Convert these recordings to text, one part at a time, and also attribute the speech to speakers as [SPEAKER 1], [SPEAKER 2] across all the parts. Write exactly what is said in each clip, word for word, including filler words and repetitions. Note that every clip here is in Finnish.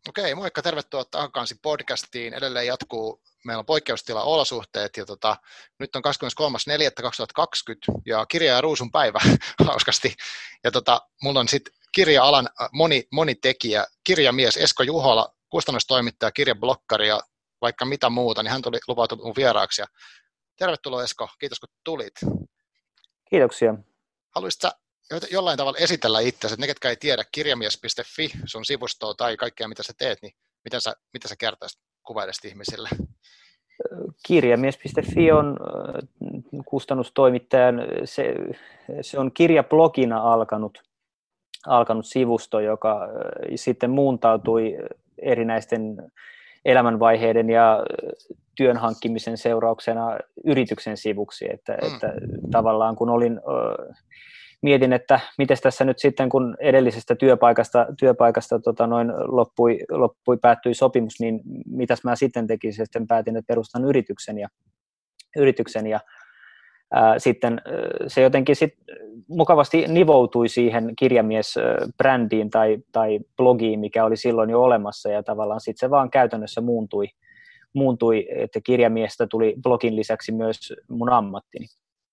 [SPEAKER 1] Okei, moikka, tervetuloa Takakansi podcastiin. Edelleen jatkuu, meillä on poikkeustila-olosuhteet ja tota, nyt on kahdeskymmeneskolmas neljättä kaksituhattakaksikymmentä ja kirja- ja ruusun päivä hauskasti. Ja tota, mulla on sitten kirja-alan moni, monitekijä, kirjamies Esko Juhola, kustannustoimittaja, kirjablokkari ja vaikka mitä muuta, niin hän tuli lupautunut mun vieraaksi. Ja tervetuloa Esko, kiitos kun tulit.
[SPEAKER 2] Kiitoksia.
[SPEAKER 1] Haluaisitko sä jollain tavalla esitellä itseäsi, että ne, ketkä ei tiedä kirjamies piste fi, sun sivustoa tai kaikkea, mitä sä teet, niin miten sä, mitä sä kertoisit, kuvailisit ihmisille?
[SPEAKER 2] Kirjamies piste fi on kustannustoimittajan, se, se on kirjablogina alkanut, alkanut sivusto, joka sitten muuntautui erinäisten elämänvaiheiden ja työn hankkimisen seurauksena yrityksen sivuksi, että, mm. että tavallaan kun olin... Mietin, että miten tässä nyt sitten, kun edellisestä työpaikasta, työpaikasta tota noin loppui, loppui, päättyi sopimus, niin mitäs mä sitten tekisin? Sitten päätin, että perustan yrityksen ja, yrityksen ja ää, sitten se jotenkin sit mukavasti nivoutui siihen kirjamies-brändiin tai, tai blogiin, mikä oli silloin jo olemassa ja tavallaan sitten se vaan käytännössä muuntui, muuntui, että kirjamiestä tuli blogin lisäksi myös mun ammattini.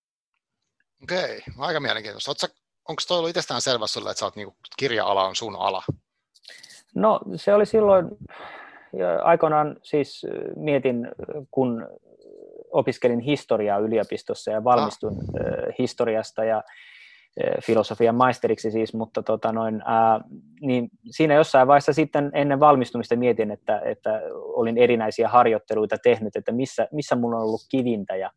[SPEAKER 1] Okei, aika mielenkiintoista. Onko toi ollut itsestään selvä sulle, että sä oot, niinku, kirja-ala on sun ala?
[SPEAKER 2] No se oli silloin, aikoinaan siis mietin, kun opiskelin historiaa yliopistossa ja valmistuin ah. historiasta ja filosofian maisteriksi siis, mutta tota noin, ää, niin siinä jossain vaiheessa sitten ennen valmistumista mietin, että, että olin erinäisiä harjoitteluita tehnyt, että missä, missä mulla on ollut kivintä ja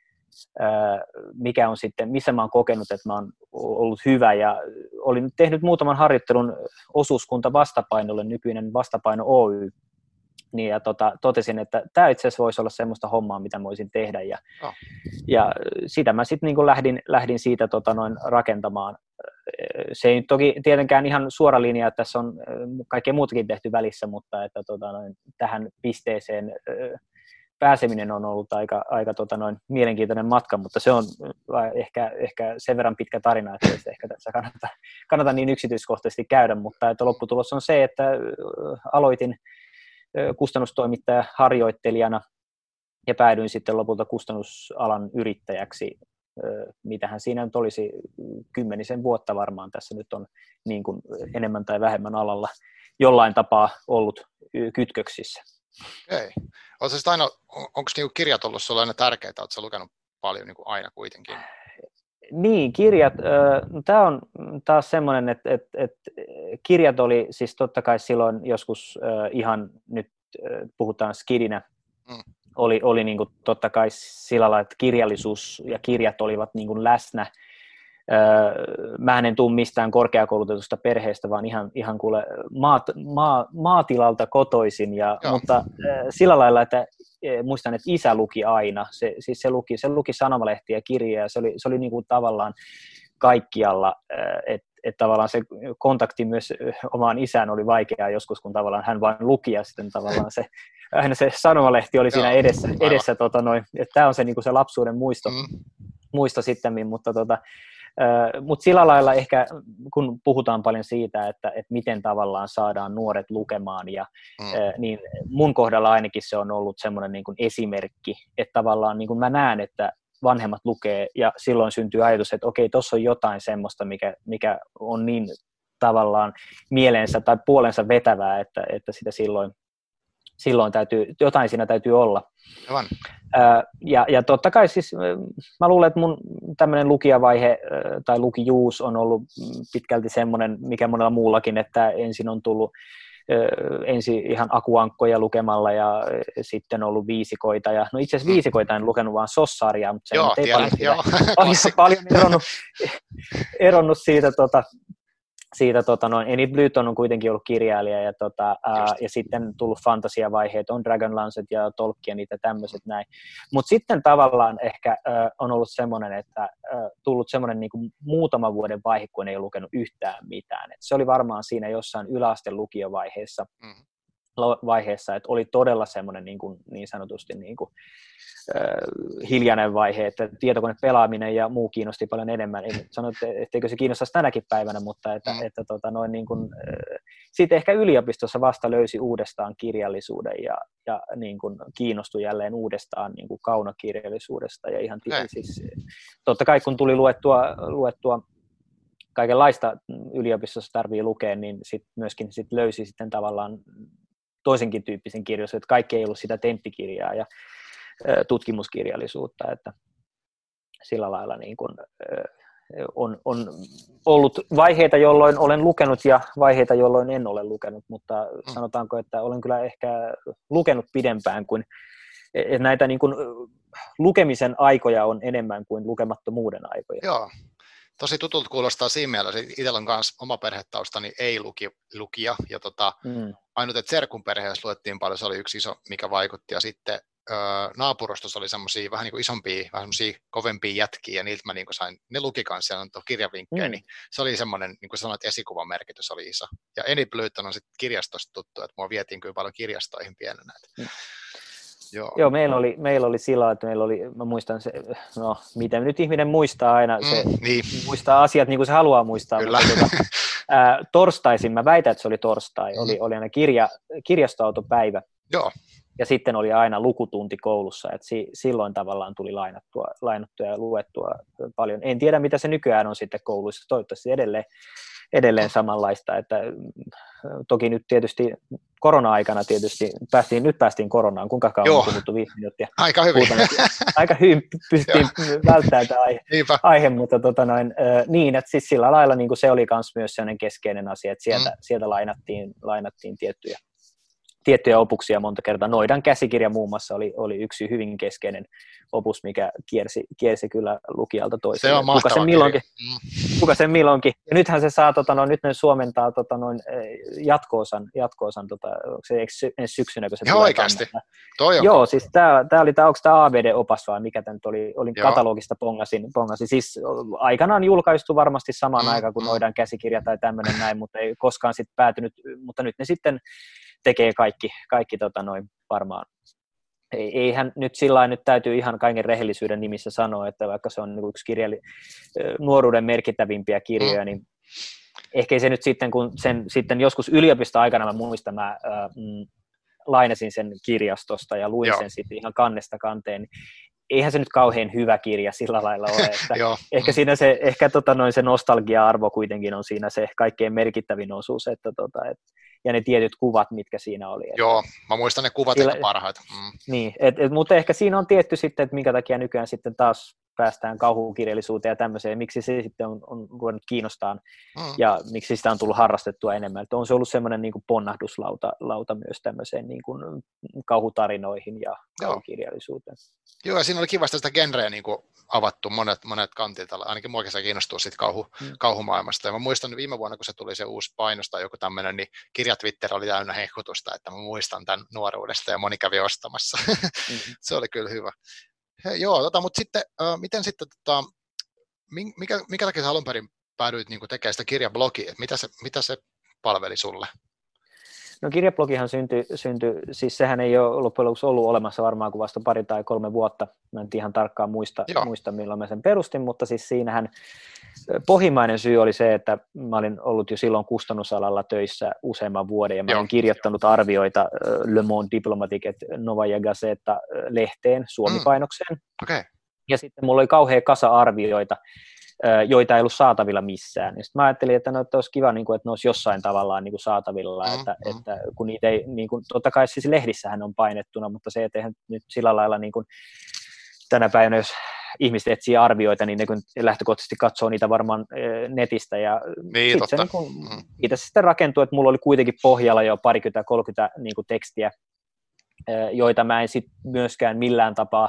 [SPEAKER 2] mikä on sitten, missä mä oon kokenut, että mä oon ollut hyvä ja olin tehnyt muutaman harjoittelun osuuskunta Vastapainolle, nykyinen Vastapaino Oy, niin ja tota, totesin, että tämä itse asiassa voisi olla semmoista hommaa, mitä mä voisin tehdä ja, oh. ja sitä mä sitten niin lähdin, lähdin siitä tota, noin rakentamaan. Se ei toki tietenkään ihan suora linja, että tässä on kaikkea muutakin tehty välissä, mutta että tota, noin, tähän pisteeseen pääseminen on ollut aika, aika tota noin, mielenkiintoinen matka, mutta se on ehkä, ehkä sen verran pitkä tarina, että se ehkä tässä kannata, kannata niin yksityiskohtaisesti käydä, mutta että lopputulos on se, että aloitin kustannustoimittaja harjoittelijana ja päädyin sitten lopulta kustannusalan yrittäjäksi. Mitähän siinä nyt olisi kymmenisen vuotta varmaan tässä nyt on niin kuin enemmän tai vähemmän alalla jollain tapaa ollut kytköksissä.
[SPEAKER 1] Okei. Oletko sitten aina, onko niinku kirjat ollut sinulle aina tärkeitä? Oletko lukenut paljon niinku aina kuitenkin?
[SPEAKER 2] Niin, kirjat. No, tämä on taas semmoinen, että, että, että kirjat oli siis totta kai silloin joskus ihan, nyt puhutaan skidinä, mm. oli, oli niin kuin totta kai sillä lailla, että kirjallisuus ja kirjat olivat niin kuin läsnä. Mä en tule mistään korkeakoulutetusta perheestä, vaan ihan, ihan kuule maat, maa, maatilalta kotoisin, ja, mutta sillä lailla, että muistan, että isä luki aina, se, siis se, luki, se luki sanomalehtiä ja kirjoja, ja se oli, se oli niin kuin tavallaan kaikkialla, että et tavallaan se kontakti myös omaan isään oli vaikeaa joskus, kun tavallaan hän vain luki, ja sitten tavallaan se, aina se sanomalehti oli siinä edessä, edessä tota noin, että tämä on se, niin kuin se lapsuuden muisto, mm. muisto sittemmin, mutta tota, Mutta sillä lailla ehkä, kun puhutaan paljon siitä, että, että miten tavallaan saadaan nuoret lukemaan, ja, mm. niin mun kohdalla ainakin se on ollut semmoinen niin kuin esimerkki, että tavallaan niin kuin mä näen, että vanhemmat lukee, ja silloin syntyy ajatus, että okei, tuossa on jotain semmoista, mikä, mikä on niin tavallaan mieleensä tai puolensa vetävää, että, että sitä silloin, silloin täytyy, jotain siinä täytyy olla.
[SPEAKER 1] Aivan.
[SPEAKER 2] Ja, ja totta kai siis mä luulen, että mun tämmöinen lukijavaihe tai lukijuus on ollut pitkälti semmoinen, mikä monella muullakin, että ensin on tullut ensin ihan akuankkoja lukemalla ja sitten ollut viisikoita. Ja, no itse asiassa viisikoita en lukenut, vaan sossaaria, mutta se
[SPEAKER 1] joo,
[SPEAKER 2] ei
[SPEAKER 1] tiedän,
[SPEAKER 2] paljon, paljon, paljon eronnut, eronnut siitä tota, siitä tota noin, Enid Blyton on kuitenkin ollut kirjailija ja, tota, ää, ja sitten tullut fantasiavaiheet, on Dragonlancet ja Tolkien ja tämmöiset näin. Mutta sitten tavallaan ehkä ää, on ollut semmoinen, että ää, tullut semmoinen niinku muutama vuoden vaihe, kun ei ole lukenut yhtään mitään. Et se oli varmaan siinä jossain yläasteen lukiovaiheessa, mm. vaiheessa, että oli todella semmoinen niin, kuin, niin sanotusti niin kuin, äh, hiljainen vaihe, että tietokonepelaaminen ja muu kiinnosti paljon enemmän. En sano, etteikö se kiinnostaisi tänäkin päivänä, mutta että, mm. että tota, noin niin kuin, äh, sitten ehkä yliopistossa vasta löysi uudestaan kirjallisuuden ja, ja niin kuin kiinnostui jälleen uudestaan niin kuin kaunokirjallisuudesta. Ja ihan t- siis, totta kai kun tuli luettua, luettua kaikenlaista yliopistossa tarvii lukea, niin sit myöskin sit löysi sitten tavallaan toisenkin tyyppisen kirjallisuuden, että kaikki ei ollut sitä tenttikirjaa ja tutkimuskirjallisuutta, että sillä lailla niin kuin, on, on ollut vaiheita, jolloin olen lukenut ja vaiheita, jolloin en ole lukenut, mutta sanotaanko, että olen kyllä ehkä lukenut pidempään kuin näitä niin kuin lukemisen aikoja on enemmän kuin lukemattomuuden aikoja.
[SPEAKER 1] Joo. Tosi tutulta kuulostaa siinä mielessä. Itsellä on myös oma perhetaustani ei-lukija, ja tota, mm. ainut, että serkun perheessä luettiin paljon, se oli yksi iso, mikä vaikutti, ja sitten ö, naapurustossa oli semmoisia vähän niin kuin isompia, vähän semmoisia kovempia jätkiä, ja niiltä mä niin kuin sain, ne luki kanssa ja antoi kirjavinkkejä, mm. niin se oli semmoinen, niin kuin sanoit, esikuvan merkitys oli iso. Ja Eni Blöton on sitten kirjastosta tuttu, että mua vietiin kyllä paljon kirjastoihin pienenä. Mm.
[SPEAKER 2] Joo, Joo meillä, oli, meillä oli sillä, että meillä oli, mä muistan se, no miten nyt ihminen muistaa aina, se
[SPEAKER 1] mm, niin.
[SPEAKER 2] muistaa asiat niin kuin se haluaa muistaa.
[SPEAKER 1] Kyllä.
[SPEAKER 2] Mutta, tuota, ää, torstaisin, mä väitän, että se oli torstai, mm. oli, oli aina kirja, kirjastoautopäivä.
[SPEAKER 1] Joo.
[SPEAKER 2] Ja sitten oli aina lukutunti koulussa, että si, silloin tavallaan tuli lainattua, lainattua ja luettua paljon. En tiedä, mitä se nykyään on sitten kouluissa, toivottavasti edelleen, edelleen samanlaista, että toki nyt tietysti korona-aikana tietysti, päästiin, nyt päästiin koronaan, kuinka kauan on puhuttu viisi minuuttia.
[SPEAKER 1] Aika hyvin.
[SPEAKER 2] Puhutaan, aika hyvin pystyttiin välttämään tämä aihe, aihe mutta tota noin, äh, niin, että siis sillä lailla niin kuin se oli myös sellainen keskeinen asia, että sieltä, mm. sieltä lainattiin, lainattiin tiettyjä, tiettyjä opuksia monta kertaa. Noidan käsikirja muun muassa oli, oli yksi hyvin keskeinen opus, mikä kiersi, kiersi kyllä lukijalta toiselle.
[SPEAKER 1] Se on mahtava
[SPEAKER 2] kuka sen milloinkin, mm. kuka sen milloinkin. Ja nythän se saa, tota, no, nyt ne suomentaa tota, noin, jatko-osan, jatko-osan tota, onko se ensi syksynä, kun se
[SPEAKER 1] tulee oikeasti. Toi on.
[SPEAKER 2] Joo, siis tämä, tämä oli tämä, onko tämä A B D-opas vai mikä tämä nyt oli, oli katalogista pongasin, pongasin. Siis aikanaan julkaistu varmasti samaan mm. aikaan kuin Noidan käsikirja tai tämmöinen näin, mutta ei koskaan sitten päätynyt, mutta nyt ne sitten tekee kaikki, kaikki tota noin varmaan. Eihän nyt sillä nyt täytyy ihan kaiken rehellisyyden nimissä sanoa, että vaikka se on yksi kirjali, nuoruuden merkittävimpiä kirjoja, niin ehkä se nyt sitten, kun sen sitten joskus yliopisto-aikana mä muistan, mä äh, mm, lainasin sen kirjastosta ja luin Joo. sen sitten ihan kannesta kanteen, niin eihän se nyt kauhean hyvä kirja sillä lailla ole, että ehkä siinä se, ehkä tota noin se nostalgia-arvo kuitenkin on siinä se kaikkein merkittävin osuus, että tota, et, ja ne tietyt kuvat, mitkä siinä oli. Että,
[SPEAKER 1] Joo, mä muistan ne kuvat sillä, parhaita. Mm.
[SPEAKER 2] Niin, et, et, mutta ehkä siinä on tietty sitten, että minkä takia nykyään sitten taas päästään kauhukirjallisuuteen ja tämmöiseen, miksi se sitten on, on ruvennut kiinnostaan mm. ja miksi sitä on tullut harrastettua enemmän. Että on se ollut semmoinen niin kuin ponnahduslauta lauta myös tämmöiseen niin kuin kauhutarinoihin ja kauhukirjallisuuteen.
[SPEAKER 1] Joo, ja siinä oli kivasti sitä genreä niin kuin avattu monet, monet kantit, ainakin mua se kiinnostuu siitä kauhu, mm. kauhumaailmasta. Ja mä muistan viime vuonna, kun se tuli se uusi painos tai joku tämmöinen, niin kirja Twitter oli täynnä hehkutusta, että mä muistan tämän nuoruudesta ja moni kävi ostamassa. Mm. Se oli kyllä hyvä. He, joo, tota, mutta sitten, äh, miten sitten, tota, mikä, mikä takia sä alun perin päädyit niin kuin tekemään sitä kirjablogia, että mitä se, mitä se palveli sulle?
[SPEAKER 2] No kirjablogihan syntyi, syntyi, siis sehän ei ole loppujen lopuksi ollut olemassa varmaan kuin vasta pari tai kolme vuotta, mä en ihan tarkkaan muista, muista milloin mä sen perustin, mutta siis siinähän pohjimmainen syy oli se, että mä olin ollut jo silloin kustannusalalla töissä useamman vuoden ja mä Joo. olin kirjoittanut arvioita Le Monde Diplomatique et Novaja Gazeta-lehteen Suomi-painokseen.
[SPEAKER 1] Mm. Okay.
[SPEAKER 2] Ja sitten mulla oli kauhea kasa arvioita, joita ei ollut saatavilla missään. Sitten mä ajattelin, että, no, että olisi kiva, että ne olisi jossain tavallaan saatavilla, mm, että, mm. että kun niitä ei, niin kuin, totta kai siis lehdissähän on painettuna, mutta se, että eihän nyt sillä lailla niin kuin, tänä päivänä, jos ihmiset etsii arvioita, niin ne kun lähtökohtaisesti katsoo niitä varmaan netistä, ja
[SPEAKER 1] niin,
[SPEAKER 2] sitten se, niin kuin, mm. itse sitten rakentuu, että mulla oli kuitenkin pohjalla jo parikymmentä kolmekymmentä niin kuin tekstiä, joita mä en sitten myöskään millään tapaa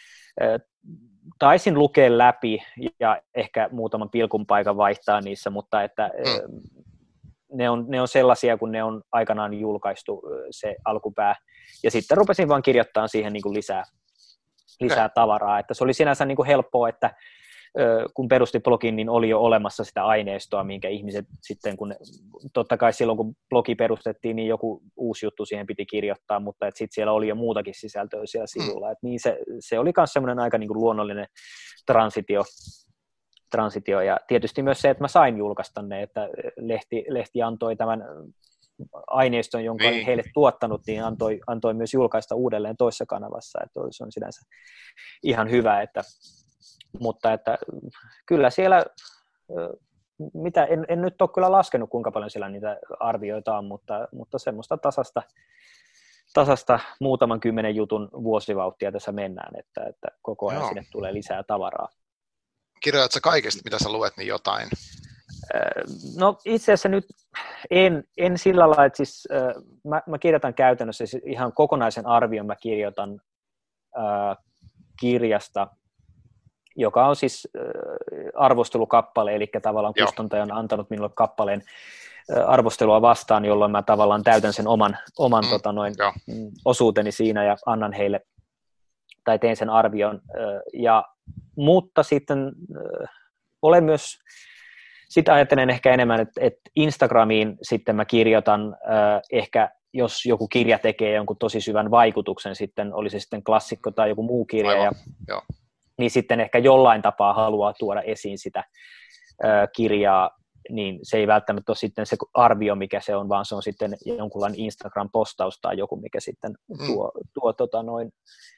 [SPEAKER 2] taisin lukea läpi ja ehkä muutaman pilkun paikan vaihtaa niissä, mutta että mm. ne, on, ne on sellaisia, kun ne on aikanaan julkaistu se alkupää. Ja sitten rupesin vaan kirjoittamaan siihen niin kuin lisää, lisää tavaraa. Että se oli sinänsä niin kuin helppoa, että kun perusti blogin, niin oli jo olemassa sitä aineistoa, minkä ihmiset sitten, kun totta kai silloin, kun blogi perustettiin, niin joku uusi juttu siihen piti kirjoittaa, mutta sitten siellä oli jo muutakin sisältöä siellä sivulla. Et niin se, se oli myös semmoinen aika niin kuin luonnollinen transitio, transitio, ja tietysti myös se, että mä sain julkaista ne, että lehti, lehti antoi tämän aineiston, jonka niin. olin heille tuottanut, niin antoi, antoi myös julkaista uudelleen toisessa kanavassa, että se on sinänsä ihan hyvä, että, mutta että kyllä siellä, mitä, en, en nyt ole kyllä laskenut, kuinka paljon siellä niitä arvioita on, mutta, mutta semmoista tasasta, tasasta muutaman kymmenen jutun vuosivauhtia tässä mennään, että, että koko ajan Joo. sinne tulee lisää tavaraa.
[SPEAKER 1] Kirjoitatko kaikesta, mitä sä luet, niin jotain?
[SPEAKER 2] No itse asiassa nyt en, en sillä lailla, että siis, äh, mä, mä kirjoitan käytännössä siis ihan kokonaisen arvion, mä kirjoitan äh, kirjasta, joka on siis äh, arvostelukappale, eli tavallaan Joo. kustantaja on antanut minulle kappaleen äh, arvostelua vastaan, jolloin mä tavallaan täytän sen oman, oman mm, tota noin, osuuteni siinä ja annan heille, tai teen sen arvion, äh, ja, mutta sitten äh, olen myös Sitten ajattelen ehkä enemmän, että, että Instagramiin sitten mä kirjoitan äh, ehkä, jos joku kirja tekee jonkun tosi syvän vaikutuksen, sitten oli se sitten klassikko tai joku muu kirja, Aivan, ja, niin sitten ehkä jollain tapaa haluaa tuoda esiin sitä äh, kirjaa, niin se ei välttämättä ole sitten se arvio, mikä se on, vaan se on sitten jonkunlainen Instagram-postaus tai joku, mikä sitten tuo, mm. tuo tota noin,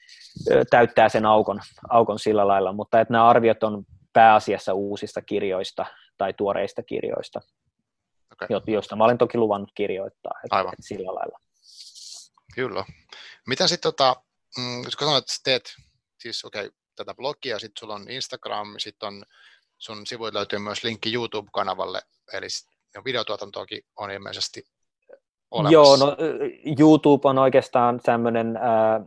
[SPEAKER 2] täyttää sen aukon, aukon sillä lailla, mutta että nämä arviot on pääasiassa uusista kirjoista tai tuoreista kirjoista, okay. joista mä olen toki luvannut kirjoittaa, että, että sillä lailla.
[SPEAKER 1] Kyllä. Miten sitten, tota, kun sanoit, että teet siis, okay, tätä blogia, sitten sulla on Instagram, sitten on sun sivuilta löytyy myös linkki YouTube-kanavalle, eli videotuotantoakin on ilmeisesti olemassa.
[SPEAKER 2] Joo, no YouTube on oikeastaan tämmöinen äh,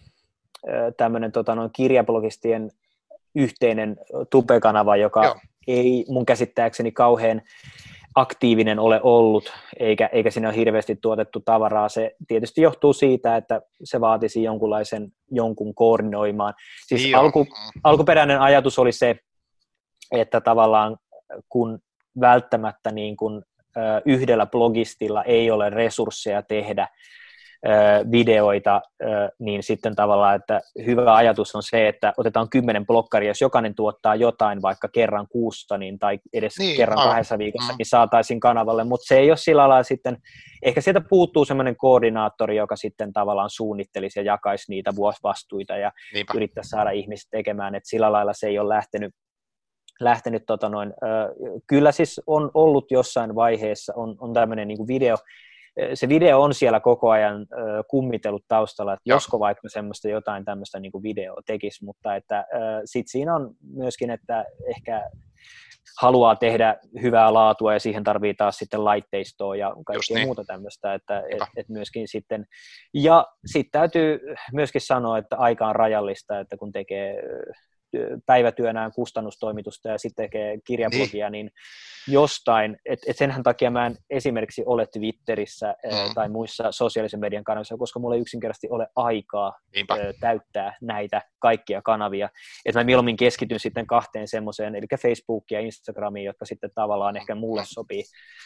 [SPEAKER 2] tämmöinen tota, noin kirjablogistien yhteinen Tube-kanava, joka Joo. ei mun käsittääkseni kauhean aktiivinen ole ollut, eikä, eikä siinä ole hirveästi tuotettu tavaraa. Se tietysti johtuu siitä, että se vaatisi jonkunlaisen jonkun koordinoimaan. Siis niin alku, alkuperäinen ajatus oli se, että tavallaan kun välttämättä niin kun, ö, yhdellä blogistilla ei ole resursseja tehdä videoita, niin sitten tavallaan, että hyvä ajatus on se, että otetaan kymmenen blokkaria, jos jokainen tuottaa jotain vaikka kerran kuussa niin, tai edes niin, kerran aivan. kahdessa viikossa, mm. niin saataisiin kanavalle, mutta se ei ole sillä lailla sitten, ehkä sieltä puuttuu semmoinen koordinaattori, joka sitten tavallaan suunnittelisi ja jakaisi niitä vuosivastuita ja Niinpä. yrittäisi saada ihmiset tekemään, että sillä lailla se ei ole lähtenyt lähtenyt tota noin, kyllä siis on ollut jossain vaiheessa, on, on tämmöinen niin kuin video, se video on siellä koko ajan kummitellut taustalla, että Joo. josko vaikka semmoista jotain tämmöistä niin kuin videoa tekisi, mutta että sitten siinä on myöskin, että ehkä haluaa tehdä hyvää laatua ja siihen tarvii taas sitten laitteistoa ja kaikkea niin. muuta tämmöistä, että et, et myöskin sitten, ja sitten täytyy myöskin sanoa, että aika on rajallista, että kun tekee päivätyönään kustannustoimitusta ja sitten tekee kirjablogia, niin, niin jostain, että et senhän takia mä en esimerkiksi ole Twitterissä mm. tai muissa sosiaalisen median kanavissa, koska mulla ei yksinkertaisesti ole aikaa Niinpä. täyttää näitä kaikkia kanavia. Että mä mieluummin keskityn sitten kahteen semmoiseen, eli Facebookiin ja Instagramiin, jotka sitten tavallaan ehkä mulle sopii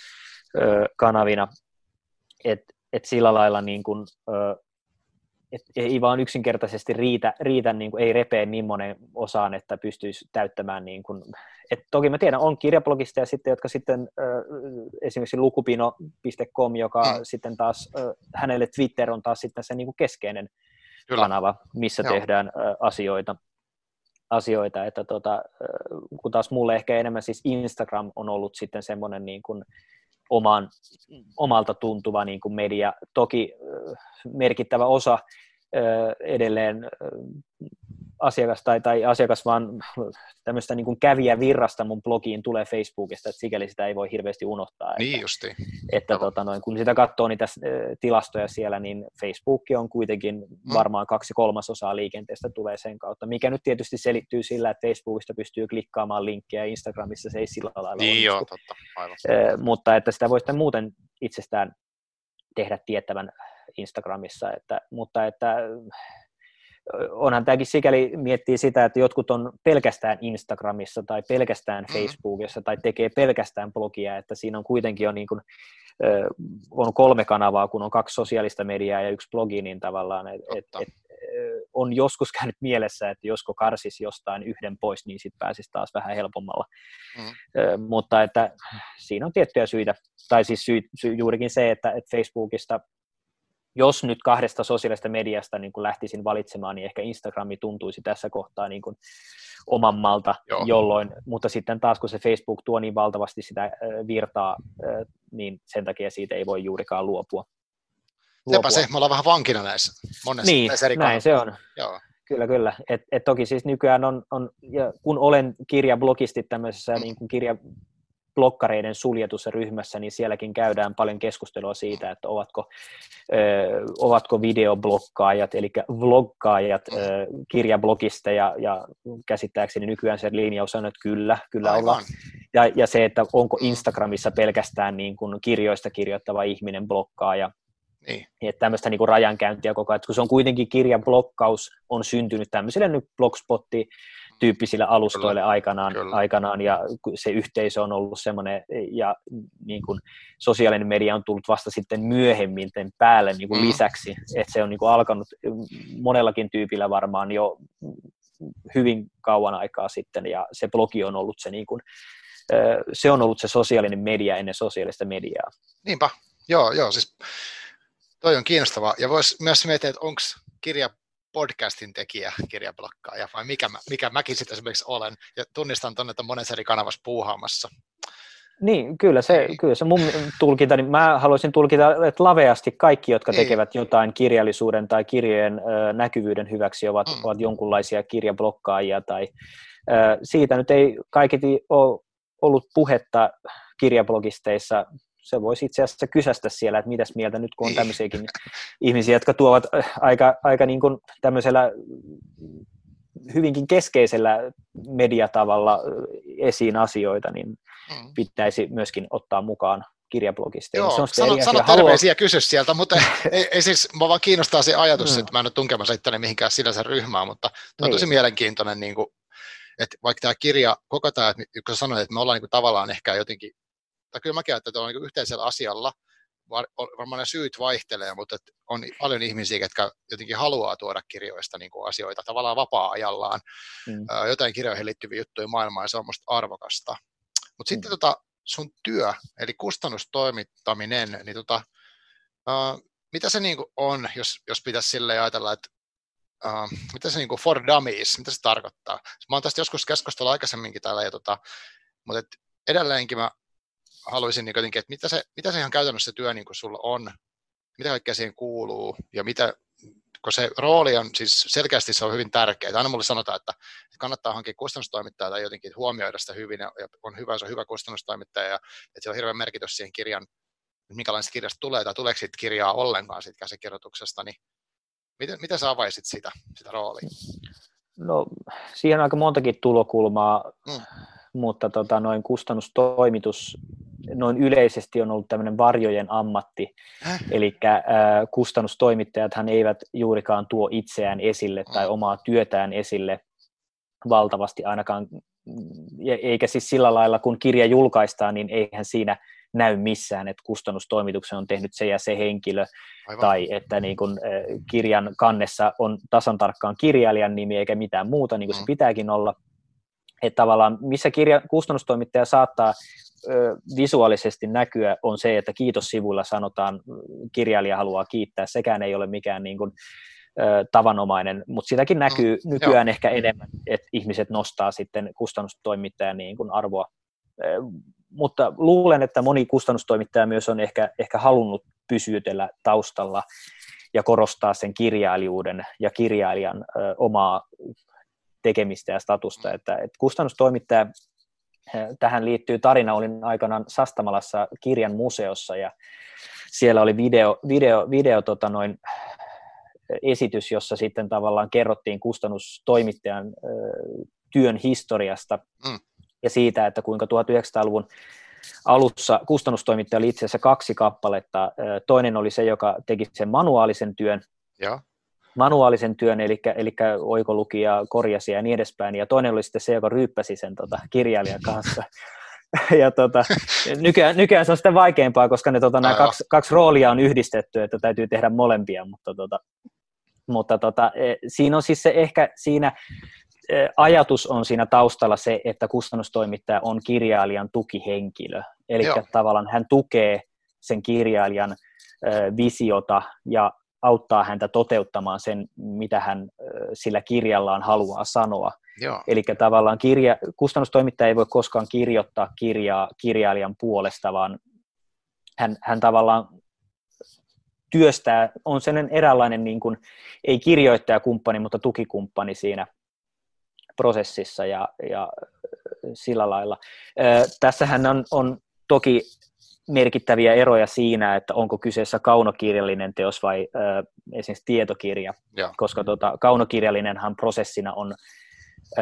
[SPEAKER 2] ö, kanavina. Että et sillä lailla niin kuin, ö, et ei vaan yksinkertaisesti riitä, riitä niin kuin, ei repee niin monen osaan, että pystyisi täyttämään. Niin kuin, et toki mä tiedän, on kirjablogisteja sitten, jotka sitten äh, esimerkiksi lukupino piste com, joka mm. sitten taas, äh, hänelle Twitter on taas sitten se niin kuin keskeinen Kyllä. kanava, missä Joo. tehdään äh, asioita. asioita että tota, äh, kun taas mulle ehkä enemmän siis Instagram on ollut sitten semmoinen niin kuin oman, omalta tuntuva niin kuin media. Toki äh, merkittävä osa äh, edelleen äh, asiakas tai, tai asiakas vaan tämmöistä niin kuin kävijävirrasta mun blogiin tulee Facebookista, että sikäli sitä ei voi hirveästi unohtaa.
[SPEAKER 1] Niin
[SPEAKER 2] että,
[SPEAKER 1] justi.
[SPEAKER 2] Että tota noin, kun sitä katsoo niitä äh, tilastoja siellä, niin Facebook on kuitenkin mm. varmaan kaksi kolmasosaa liikenteestä tulee sen kautta, mikä nyt tietysti selittyy sillä, että Facebookista pystyy klikkaamaan linkkejä, Instagramissa se ei sillä lailla
[SPEAKER 1] Niin joo, totta, aivan.
[SPEAKER 2] Äh, mutta että sitä voi sitten muuten itsestään tehdä tiettävän Instagramissa, että, mutta että onhan tämäkin sikäli miettii sitä, että jotkut on pelkästään Instagramissa tai pelkästään Facebookissa tai tekee pelkästään blogia, että siinä on kuitenkin on, niin kuin, on kolme kanavaa, kun on kaksi sosiaalista mediaa ja yksi blogi, niin tavallaan et, et, et, on joskus käynyt mielessä, että josko karsisi jostain yhden pois, niin sitten pääsisi taas vähän helpommalla. Mm. Ö, mutta että siinä on tiettyjä syitä, tai siis syy, syy juurikin se, että, että Facebookista, jos nyt kahdesta sosiaalista mediasta niin kun lähtisin valitsemaan, niin ehkä Instagrami tuntuisi tässä kohtaa niin kuin omammalta, Joo. jolloin, mutta sitten taas kun se Facebook tuo niin valtavasti sitä virtaa, niin sen takia siitä ei voi juurikaan luopua.
[SPEAKER 1] Sepä se, me ollaan vähän vankina näissä monessa
[SPEAKER 2] niin,
[SPEAKER 1] näissä eri
[SPEAKER 2] näin se on.
[SPEAKER 1] Joo.
[SPEAKER 2] Kyllä, kyllä. Et, et toki siis nykyään on, on ja kun olen kirjablogisti tämmöisessä mm. niin kuin kirjablokkareiden suljetussa ryhmässä, niin sielläkin käydään paljon keskustelua siitä, että ovatko, ö, ovatko videoblokkaajat, eli vloggaajat mm. ö, kirjablogista, ja, ja käsittääkseni nykyään se linjaus on, että kyllä, kyllä ollaan. Ja, ja se, että onko Instagramissa pelkästään niin kuin kirjoista kirjoittava ihminen blokkaaja, Niin. Että tämmöistä niin kuin rajankäyntiä koko ajan, että kun se on kuitenkin kirjablokkaus on syntynyt tämmöisille nyt Blogspot-tyyppisille alustoille Kyllä. aikanaan, aikanaan, ja se yhteisö on ollut semmoinen, ja niin kuin sosiaalinen media on tullut vasta sitten myöhemmin tämän päälle niin kuin mm. lisäksi, että se on niin kuin alkanut monellakin tyypillä varmaan jo hyvin kauan aikaa sitten, ja se blogi on ollut se, niin kuin, se on ollut se sosiaalinen media ennen sosiaalista mediaa.
[SPEAKER 1] Niinpä, joo, joo, siis toi on kiinnostavaa, ja voisi myös miettiä, että onko kirja podcastin tekijä kirjablokkaaja, vai mikä, mä, mikä mäkin sitten esimerkiksi olen, ja tunnistan tuonne, että monessa eri kanavassa puuhaamassa.
[SPEAKER 2] Niin, kyllä se, niin. kyllä se mun tulkinta, niin mä haluaisin tulkita, että laveasti kaikki, jotka niin. tekevät jotain kirjallisuuden tai kirjojen ö, näkyvyyden hyväksi, ovat, mm. ovat jonkunlaisia kirjablokkaajia, tai ö, siitä nyt ei kaiketi ole ollut puhetta kirjablogisteissa. Se voisi itse asiassa kysästä siellä, että mitäs mieltä nyt, kun on tämmöisiäkin ihmisiä, jotka tuovat aika, aika niin kuin tämmöisellä hyvinkin keskeisellä mediatavalla esiin asioita, niin mm. pitäisi myöskin ottaa mukaan kirjablogista.
[SPEAKER 1] Joo, sano, sano terveisiä ja kysy sieltä, mutta ei, ei siis, mä vaan kiinnostaa se ajatus, mm. että mä en ole tunkemassa itteni mihinkään sinänsä ryhmään, mutta tämä on tosi niin. mielenkiintoinen, niin kuin, että vaikka tämä kirja, koko tämä, että kun sanoit, että me ollaan niin kuin tavallaan ehkä jotenkin, tai kyllä mäkin ajattelen, että on niin yhteisellä asialla, varmaan ne syyt vaihtelee, mutta on paljon ihmisiä, jotka jotenkin haluaa tuoda kirjoista niin kuin asioita tavallaan vapaa-ajallaan, mm. jotain kirjoihin liittyviä juttuja maailmaan, ja se on musta arvokasta. Mutta mm. sitten tota, sun työ, eli kustannustoimittaminen, niin tota, uh, mitä se niin kuin on, jos, jos pitäisi silleen ajatella, että uh, mitä se niin kuin for dummies, mitä se tarkoittaa? Mä oon tästä joskus keskustellut aikaisemminkin täällä, ja tota, mutta et edelleenkin mä haluaisin niin jotenkin, että mitä se, mitä se ihan käytännössä se työ niin kuin sulla on, mitä kaikkea siihen kuuluu, ja mitä, kun se rooli on, siis selkeästi se on hyvin tärkeä. Aina mulle sanotaan, että kannattaa hankkia kustannustoimittaja tai jotenkin huomioida sitä hyvin, ja on hyvä, se on hyvä kustannustoimittaja, ja että sillä on hirveän merkitys siihen kirjan, minkälaista kirjasta tulee, tai tuleeko siitä kirjaa ollenkaan siitä käsikirjoituksesta, niin miten, miten sä avaisit sitä, sitä roolia?
[SPEAKER 2] No, siihen on aika montakin tulokulmaa, mm. mutta tota, noin kustannustoimitus noin yleisesti on ollut tämmöinen varjojen ammatti, äh? eli äh, kustannustoimittajathan eivät juurikaan tuo itseään esille tai omaa työtään esille valtavasti ainakaan, eikä siis sillä lailla, kun kirja julkaistaan, niin eihän siinä näy missään, että kustannustoimituksen on tehnyt se ja se henkilö, Aivan. tai että niin kun, äh, kirjan kannessa on tasan tarkkaan kirjailijan nimi eikä mitään muuta, niin kuin mm. se pitääkin olla. Että tavallaan missä kirja, kustannustoimittaja saattaa ö, visuaalisesti näkyä on se, että kiitossivuilla sanotaan, kirjailija haluaa kiittää, sekään ei ole mikään niin kuin, ö, tavanomainen, mutta sitäkin näkyy mm, nykyään joo. ehkä enemmän, että ihmiset nostaa sitten kustannustoimittajan niin kuin arvoa, ö, mutta luulen, että moni kustannustoimittaja myös on ehkä, ehkä halunnut pysytellä taustalla ja korostaa sen kirjailijuuden ja kirjailijan ö, omaa tekemistä ja statusta, että, että kustannustoimittaja, tähän liittyy tarina, olin aikanaan Sastamalassa kirjan museossa ja siellä oli video, video, video tota noin, esitys, jossa sitten tavallaan kerrottiin kustannustoimittajan ö, työn historiasta mm. ja siitä, että kuinka tuhatyhdeksänsataaluvun alussa kustannustoimittaja oli itse asiassa kaksi kappaletta. Toinen oli se, joka teki sen manuaalisen työn, ja. manuaalisen työn, eli, eli oikoluki ja korjasi ja niin edespäin, ja toinen oli sitten se, joka ryyppäsi sen tota, kirjailijan kanssa. Ja tota, nykyään, nykyään se on sitten vaikeampaa, koska ne, tota, nämä kaksi, kaksi roolia on yhdistetty, että täytyy tehdä molempia, mutta, tota, mutta tota, siinä on siis se ehkä siinä ajatus on siinä taustalla se, että kustannustoimittaja on kirjailijan tukihenkilö, eli Joo. tavallaan hän tukee sen kirjailijan visiota ja auttaa häntä toteuttamaan sen, mitä hän sillä kirjallaan haluaa sanoa. Eli tavallaan kirja, kustannustoimittaja ei voi koskaan kirjoittaa kirjaa kirjailijan puolesta, vaan hän, hän tavallaan työstää, on sellainen eräänlainen niin kuin, ei kirjoittajakumppani, mutta tukikumppani siinä prosessissa ja, ja sillä lailla. Ö, tässähän on, on toki merkittäviä eroja siinä, että onko kyseessä kaunokirjallinen teos vai ö, esimerkiksi tietokirja, ja. koska tota, kaunokirjallinenhan prosessina on ö,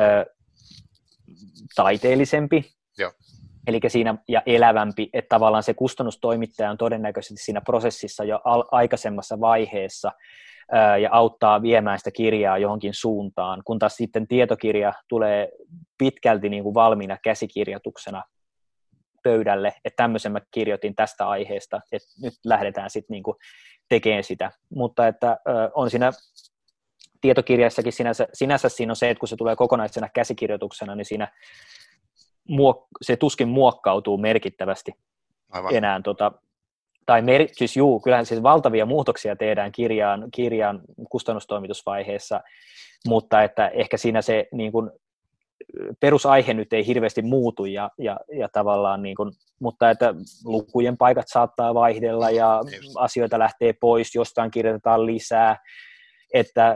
[SPEAKER 2] taiteellisempi, ja. eli siinä ja elävämpi, että tavallaan se kustannustoimittaja on todennäköisesti siinä prosessissa jo al- aikaisemmassa vaiheessa ö, ja auttaa viemään sitä kirjaa johonkin suuntaan, kun taas sitten tietokirja tulee pitkälti niin kuin valmiina käsikirjoituksena pöydälle, että tämmöisen mä kirjoitin tästä aiheesta, että nyt lähdetään sitten niinku tekemään sitä, mutta että ö, on siinä tietokirjassakin sinänsä, sinänsä siinä on se, että kun se tulee kokonaisena käsikirjoituksena, niin siinä muok, se tuskin muokkautuu merkittävästi Aivan. enää, tota, tai mer, siis juu, kyllähän siis valtavia muutoksia tehdään kirjaan, kirjaan kustannustoimitusvaiheessa, mutta että ehkä siinä se niin kuin perusaihe nyt ei hirveästi muutu, ja, ja, ja tavallaan niin kuin, mutta että lukujen paikat saattaa vaihdella ja Just. asioita lähtee pois, jostain kirjoitetaan lisää, että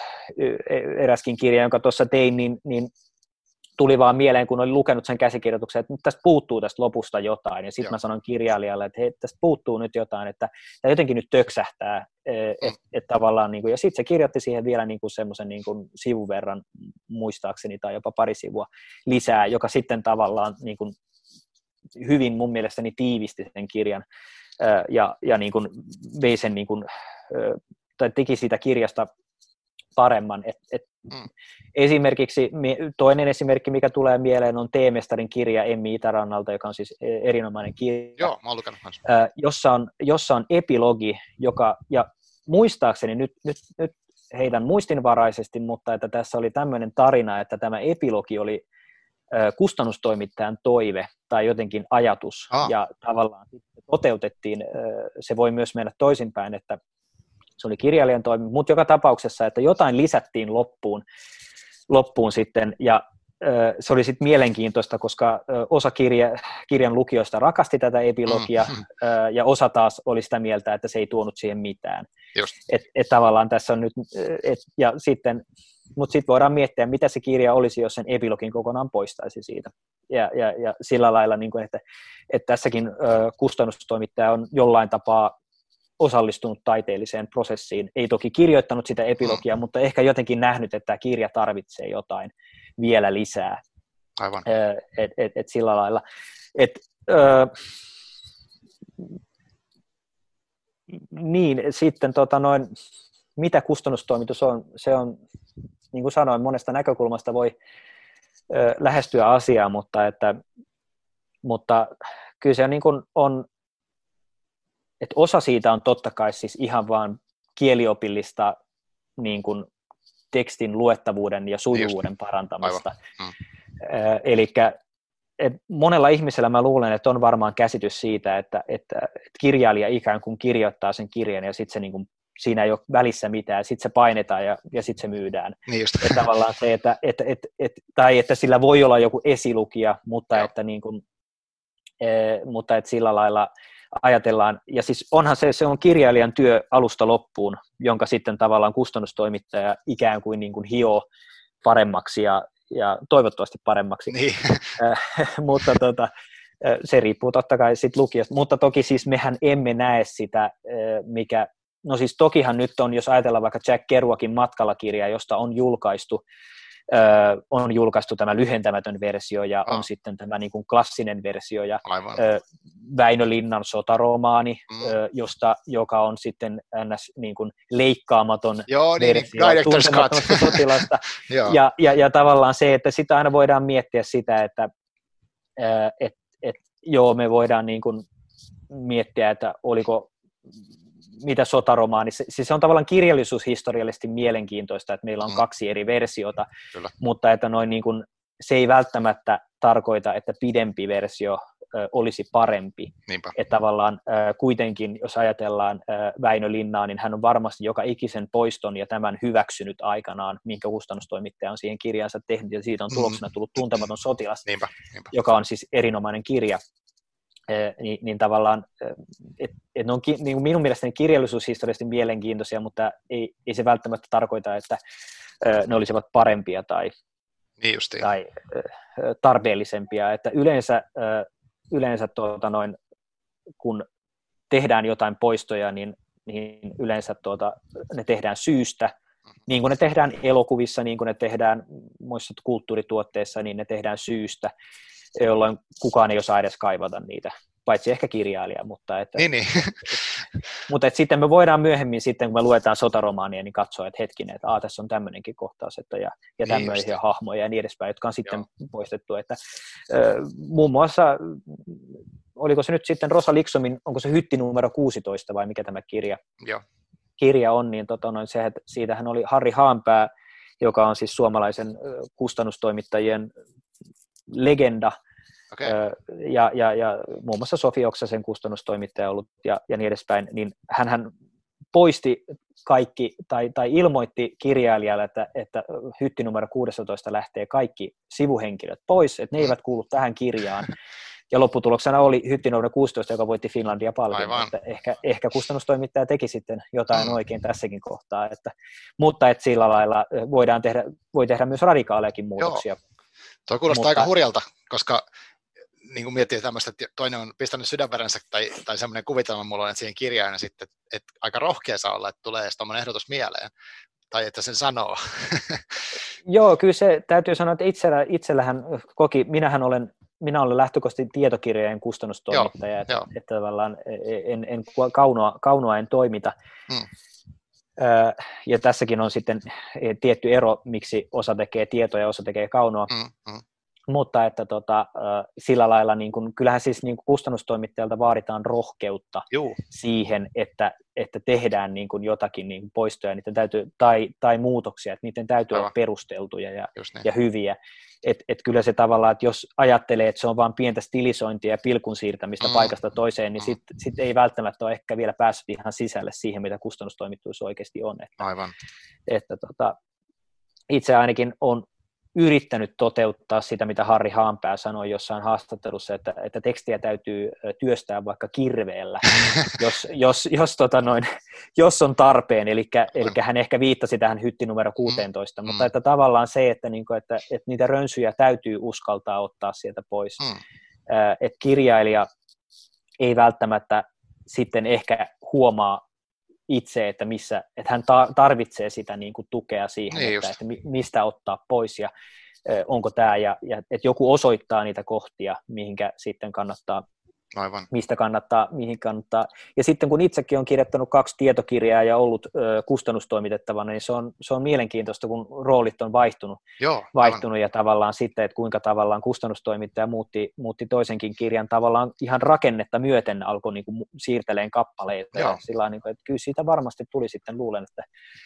[SPEAKER 2] eräskin kirja, jonka tuossa tein, niin, niin tuli vaan mieleen, kun olin lukenut sen käsikirjoituksen, että nyt tästä puuttuu tästä lopusta jotain, ja sitten mä sanoin kirjailijalle, että hei, tästä puuttuu nyt jotain, että tämä jotenkin nyt töksähtää, että et tavallaan, niin kuin, ja sitten se kirjoitti siihen vielä niin kuin semmoisen niin kuin sivun verran, muistaakseni, tai jopa pari sivua lisää, joka sitten tavallaan niin kuin hyvin mun mielestäni tiivisti sen kirjan, ja, ja niin kuin vei sen, niin kuin, tai teki siitä kirjasta paremman. Et, et mm. Esimerkiksi toinen esimerkki, mikä tulee mieleen, on T-mestarin kirja Emmi Itärannalta, joka on siis erinomainen kirja,
[SPEAKER 1] Joo, mä oon lukenut kanssa.
[SPEAKER 2] Jossa on, jossa on epilogi, joka, ja muistaakseni, nyt, nyt, nyt heidän muistinvaraisesti, mutta että tässä oli tämmöinen tarina, että tämä epilogi oli kustannustoimittajan toive tai jotenkin ajatus, ah. ja tavallaan toteutettiin, se voi myös mennä toisinpäin, että se oli kirjailijan toimi, mutta joka tapauksessa, että jotain lisättiin loppuun, loppuun sitten, ja ö, se oli sitten mielenkiintoista, koska ö, osa kirja, kirjan lukijoista rakasti tätä epilogia, mm, mm. Ö, ja osa taas oli sitä mieltä, että se ei tuonut siihen mitään. Että et tavallaan tässä on nyt, et, ja sitten, mutta sitten voidaan miettiä, mitä se kirja olisi, jos sen epilogin kokonaan poistaisi siitä. Ja, ja, ja sillä lailla, niin kuin, että, että tässäkin ö, kustannustoimittaja on jollain tapaa osallistunut taiteelliseen prosessiin, ei toki kirjoittanut sitä epilogia, mm. mutta ehkä jotenkin nähnyt, että tämä kirja tarvitsee jotain vielä lisää.
[SPEAKER 1] Aivan.
[SPEAKER 2] Et, et, et sillä lailla. Et, ö, niin, sitten tota noin, mitä kustannustoimitus on, se on, niin kuin sanoin, monesta näkökulmasta voi ö, lähestyä asiaa, mutta, että, mutta kyllä se niin kuin on, että osa siitä on totta kai siis ihan vaan kieliopillista niin kuin tekstin luettavuuden ja sujuvuuden Just. parantamista. Mm. Eli monella ihmisellä mä luulen, että on varmaan käsitys siitä, että, että kirjailija ikään kuin kirjoittaa sen kirjan ja sitten se niin kuin, siinä ei ole välissä mitään, sitten se painetaan ja, ja sitten se myydään.
[SPEAKER 1] Niin just.
[SPEAKER 2] Että tavallaan se, että, että, että, että, tai että sillä voi olla joku esilukija, mutta, että, niin kuin, mutta että sillä lailla ajatellaan, ja siis onhan se, se on kirjailijan työ alusta loppuun, jonka sitten tavallaan kustannustoimittaja ikään kuin, niin kuin hioo paremmaksi ja, ja toivottavasti paremmaksi,
[SPEAKER 1] niin.
[SPEAKER 2] mutta tota, se riippuu totta kai sit lukijasta, mutta toki siis mehän emme näe sitä, mikä, no siis tokihan nyt on, jos ajatellaan vaikka Jack Kerouacin Matkalla-kirjaa, josta on julkaistu on julkaistu tämä lyhentämätön versio ja
[SPEAKER 1] ah.
[SPEAKER 2] on sitten tämä niin kuin klassinen versio ja
[SPEAKER 1] Aivan.
[SPEAKER 2] Väinö Linnan sotaromaani,
[SPEAKER 1] mm.
[SPEAKER 2] josta, joka on sitten ns. Niin kuin leikkaamaton
[SPEAKER 1] Joo,
[SPEAKER 2] versio
[SPEAKER 1] niin,
[SPEAKER 2] tuntemattomasta sotilasta. ja, ja, ja tavallaan se, että sitä aina voidaan miettiä sitä, että et, et, joo, me voidaan niin kuin miettiä, että oliko mitä sotaromaani, siis se on tavallaan kirjallisuushistoriallisesti mielenkiintoista, että meillä on mm. kaksi eri versiota,
[SPEAKER 1] Kyllä.
[SPEAKER 2] mutta että noin niin kuin, se ei välttämättä tarkoita, että pidempi versio ö, olisi parempi.
[SPEAKER 1] Niinpä.
[SPEAKER 2] Että tavallaan ö, kuitenkin, jos ajatellaan ö, Väinö Linnaa, niin hän on varmasti joka ikisen poiston ja tämän hyväksynyt aikanaan, minkä kustannustoimittaja on siihen kirjansa tehnyt, ja siitä on tuloksena tullut Tuntematon sotilas,
[SPEAKER 1] Niinpä. Niinpä.
[SPEAKER 2] joka on siis erinomainen kirja. Eh, niin, niin tavallaan, et, et ne on ki, niin minun mielestäni kirjallisuushistoriallisesti mielenkiintoisia, mutta ei, ei se välttämättä tarkoita, että ö, ne olisivat parempia tai,
[SPEAKER 1] niin
[SPEAKER 2] tai ö, tarpeellisempia. Että yleensä, ö, yleensä tuota noin, kun tehdään jotain poistoja, niin, niin yleensä tuota, ne tehdään syystä, niin kuin ne tehdään elokuvissa, niin kuin ne tehdään muissa kulttuurituotteissa, niin ne tehdään syystä, jolloin kukaan ei osaa edes kaivata niitä, paitsi ehkä kirjailija, mutta, että,
[SPEAKER 1] niin, niin.
[SPEAKER 2] et, mutta että sitten me voidaan myöhemmin, sitten kun me luetaan sotaromaania, niin katsoa, että hetkinen, että aah, tässä on tämmöinenkin kohtaus, että, ja, ja
[SPEAKER 1] niin
[SPEAKER 2] tämmöisiä
[SPEAKER 1] just.
[SPEAKER 2] hahmoja ja niin edespäin, jotka on sitten
[SPEAKER 1] Joo.
[SPEAKER 2] poistettu, että äh, muun muassa, oliko se nyt sitten Rosa Liksomin, onko se Hytti numero kuusitoista vai mikä tämä kirja,
[SPEAKER 1] Joo. kirja
[SPEAKER 2] on, niin tota, noin se, että siitähän oli Harri Haanpää, joka on siis suomalaisen kustannustoimittajien legenda,
[SPEAKER 1] okay.
[SPEAKER 2] ja, ja, ja muun muassa Sofi Oksasen kustannustoimittaja ollut ja, ja niin edespäin, niin hänhän poisti kaikki, tai, tai ilmoitti kirjailijalle, että, että Hytti numero kuusitoista lähtee kaikki sivuhenkilöt pois, että ne eivät kuulu tähän kirjaan, ja lopputuloksena oli Hytti numero kuusitoista, joka voitti Finlandia palkinnon, että ehkä, ehkä kustannustoimittaja teki sitten jotain mm. oikein tässäkin kohtaa, että, mutta että sillä lailla voidaan tehdä, voi tehdä myös radikaalejakin muutoksia.
[SPEAKER 1] Joo. Tuo kuulostaa
[SPEAKER 2] mutta,
[SPEAKER 1] aika hurjalta, koska niin kuin miettii tämmöistä, että toinen on pistänyt sydänverensä tai, tai semmoinen kuvitelma mulla on, että siihen kirjaan ja sitten, että, että aika rohkea saa olla, että tulee edes tommoinen ehdotus mieleen, tai että sen sanoo.
[SPEAKER 2] Joo, kyllä se täytyy sanoa, että itsellä, itsellähän koki, minähän olen, minä olen lähtökohtaisesti tietokirjojen kustannustoimittaja, joo, että, jo. että tavallaan en, en, kaunoa, kaunoa en toimita. Hmm. Ja tässäkin on sitten tietty ero, miksi osa tekee tietoa ja osa tekee kaunoa. Hmm. Hmm. Mutta että tota, sillä lailla, niin kun, kyllähän siis niin kun kustannustoimittajalta vaaditaan rohkeutta Juu. siihen, että, että tehdään niin kun jotakin niin kun poistoja niiden täytyy, tai, tai muutoksia, että niiden täytyy Aivan. olla perusteltuja ja, ja hyviä. Että et kyllä se tavallaan, että jos ajattelee, että se on vain pientä stilisointia ja pilkun siirtämistä mm. paikasta toiseen, niin sitten sit ei välttämättä ole ehkä vielä päässyt ihan sisälle siihen, mitä kustannustoimittuus oikeasti on. Että,
[SPEAKER 1] Aivan.
[SPEAKER 2] Että, tota, itse ainakin on yrittänyt toteuttaa sitä, mitä Harri Haanpää sanoi jossain haastattelussa, että, että tekstiä täytyy työstää vaikka kirveellä, jos, jos, jos, tota noin, jos on tarpeen, eli, eli hän ehkä viittasi tähän Hytti numero kuusitoista, mm. mutta että tavallaan se, että, niin kuin, että, että niitä rönsyjä täytyy uskaltaa ottaa sieltä pois, mm. että kirjailija ei välttämättä sitten ehkä huomaa itse, että, missä, että hän tarvitsee sitä niin kuin tukea siihen, niin että, että mistä ottaa pois ja ö, onko tämä, ja, ja että joku osoittaa niitä kohtia, mihinkä sitten kannattaa,
[SPEAKER 1] Aivan.
[SPEAKER 2] mistä kannattaa, mihin kannattaa. Ja sitten kun itsekin on kirjoittanut kaksi tietokirjaa ja ollut ö, kustannustoimitettavana, niin se on, se on mielenkiintoista, kun roolit on vaihtunut,
[SPEAKER 1] Joo,
[SPEAKER 2] vaihtunut ja tavallaan sitten, että kuinka tavallaan kustannustoimittaja muutti, muutti toisenkin kirjan tavallaan ihan rakennetta myöten alkoi niin kuin siirteleen kappaleita. Ja sillä niin kuin, että kyllä siitä varmasti tuli sitten, luulen, että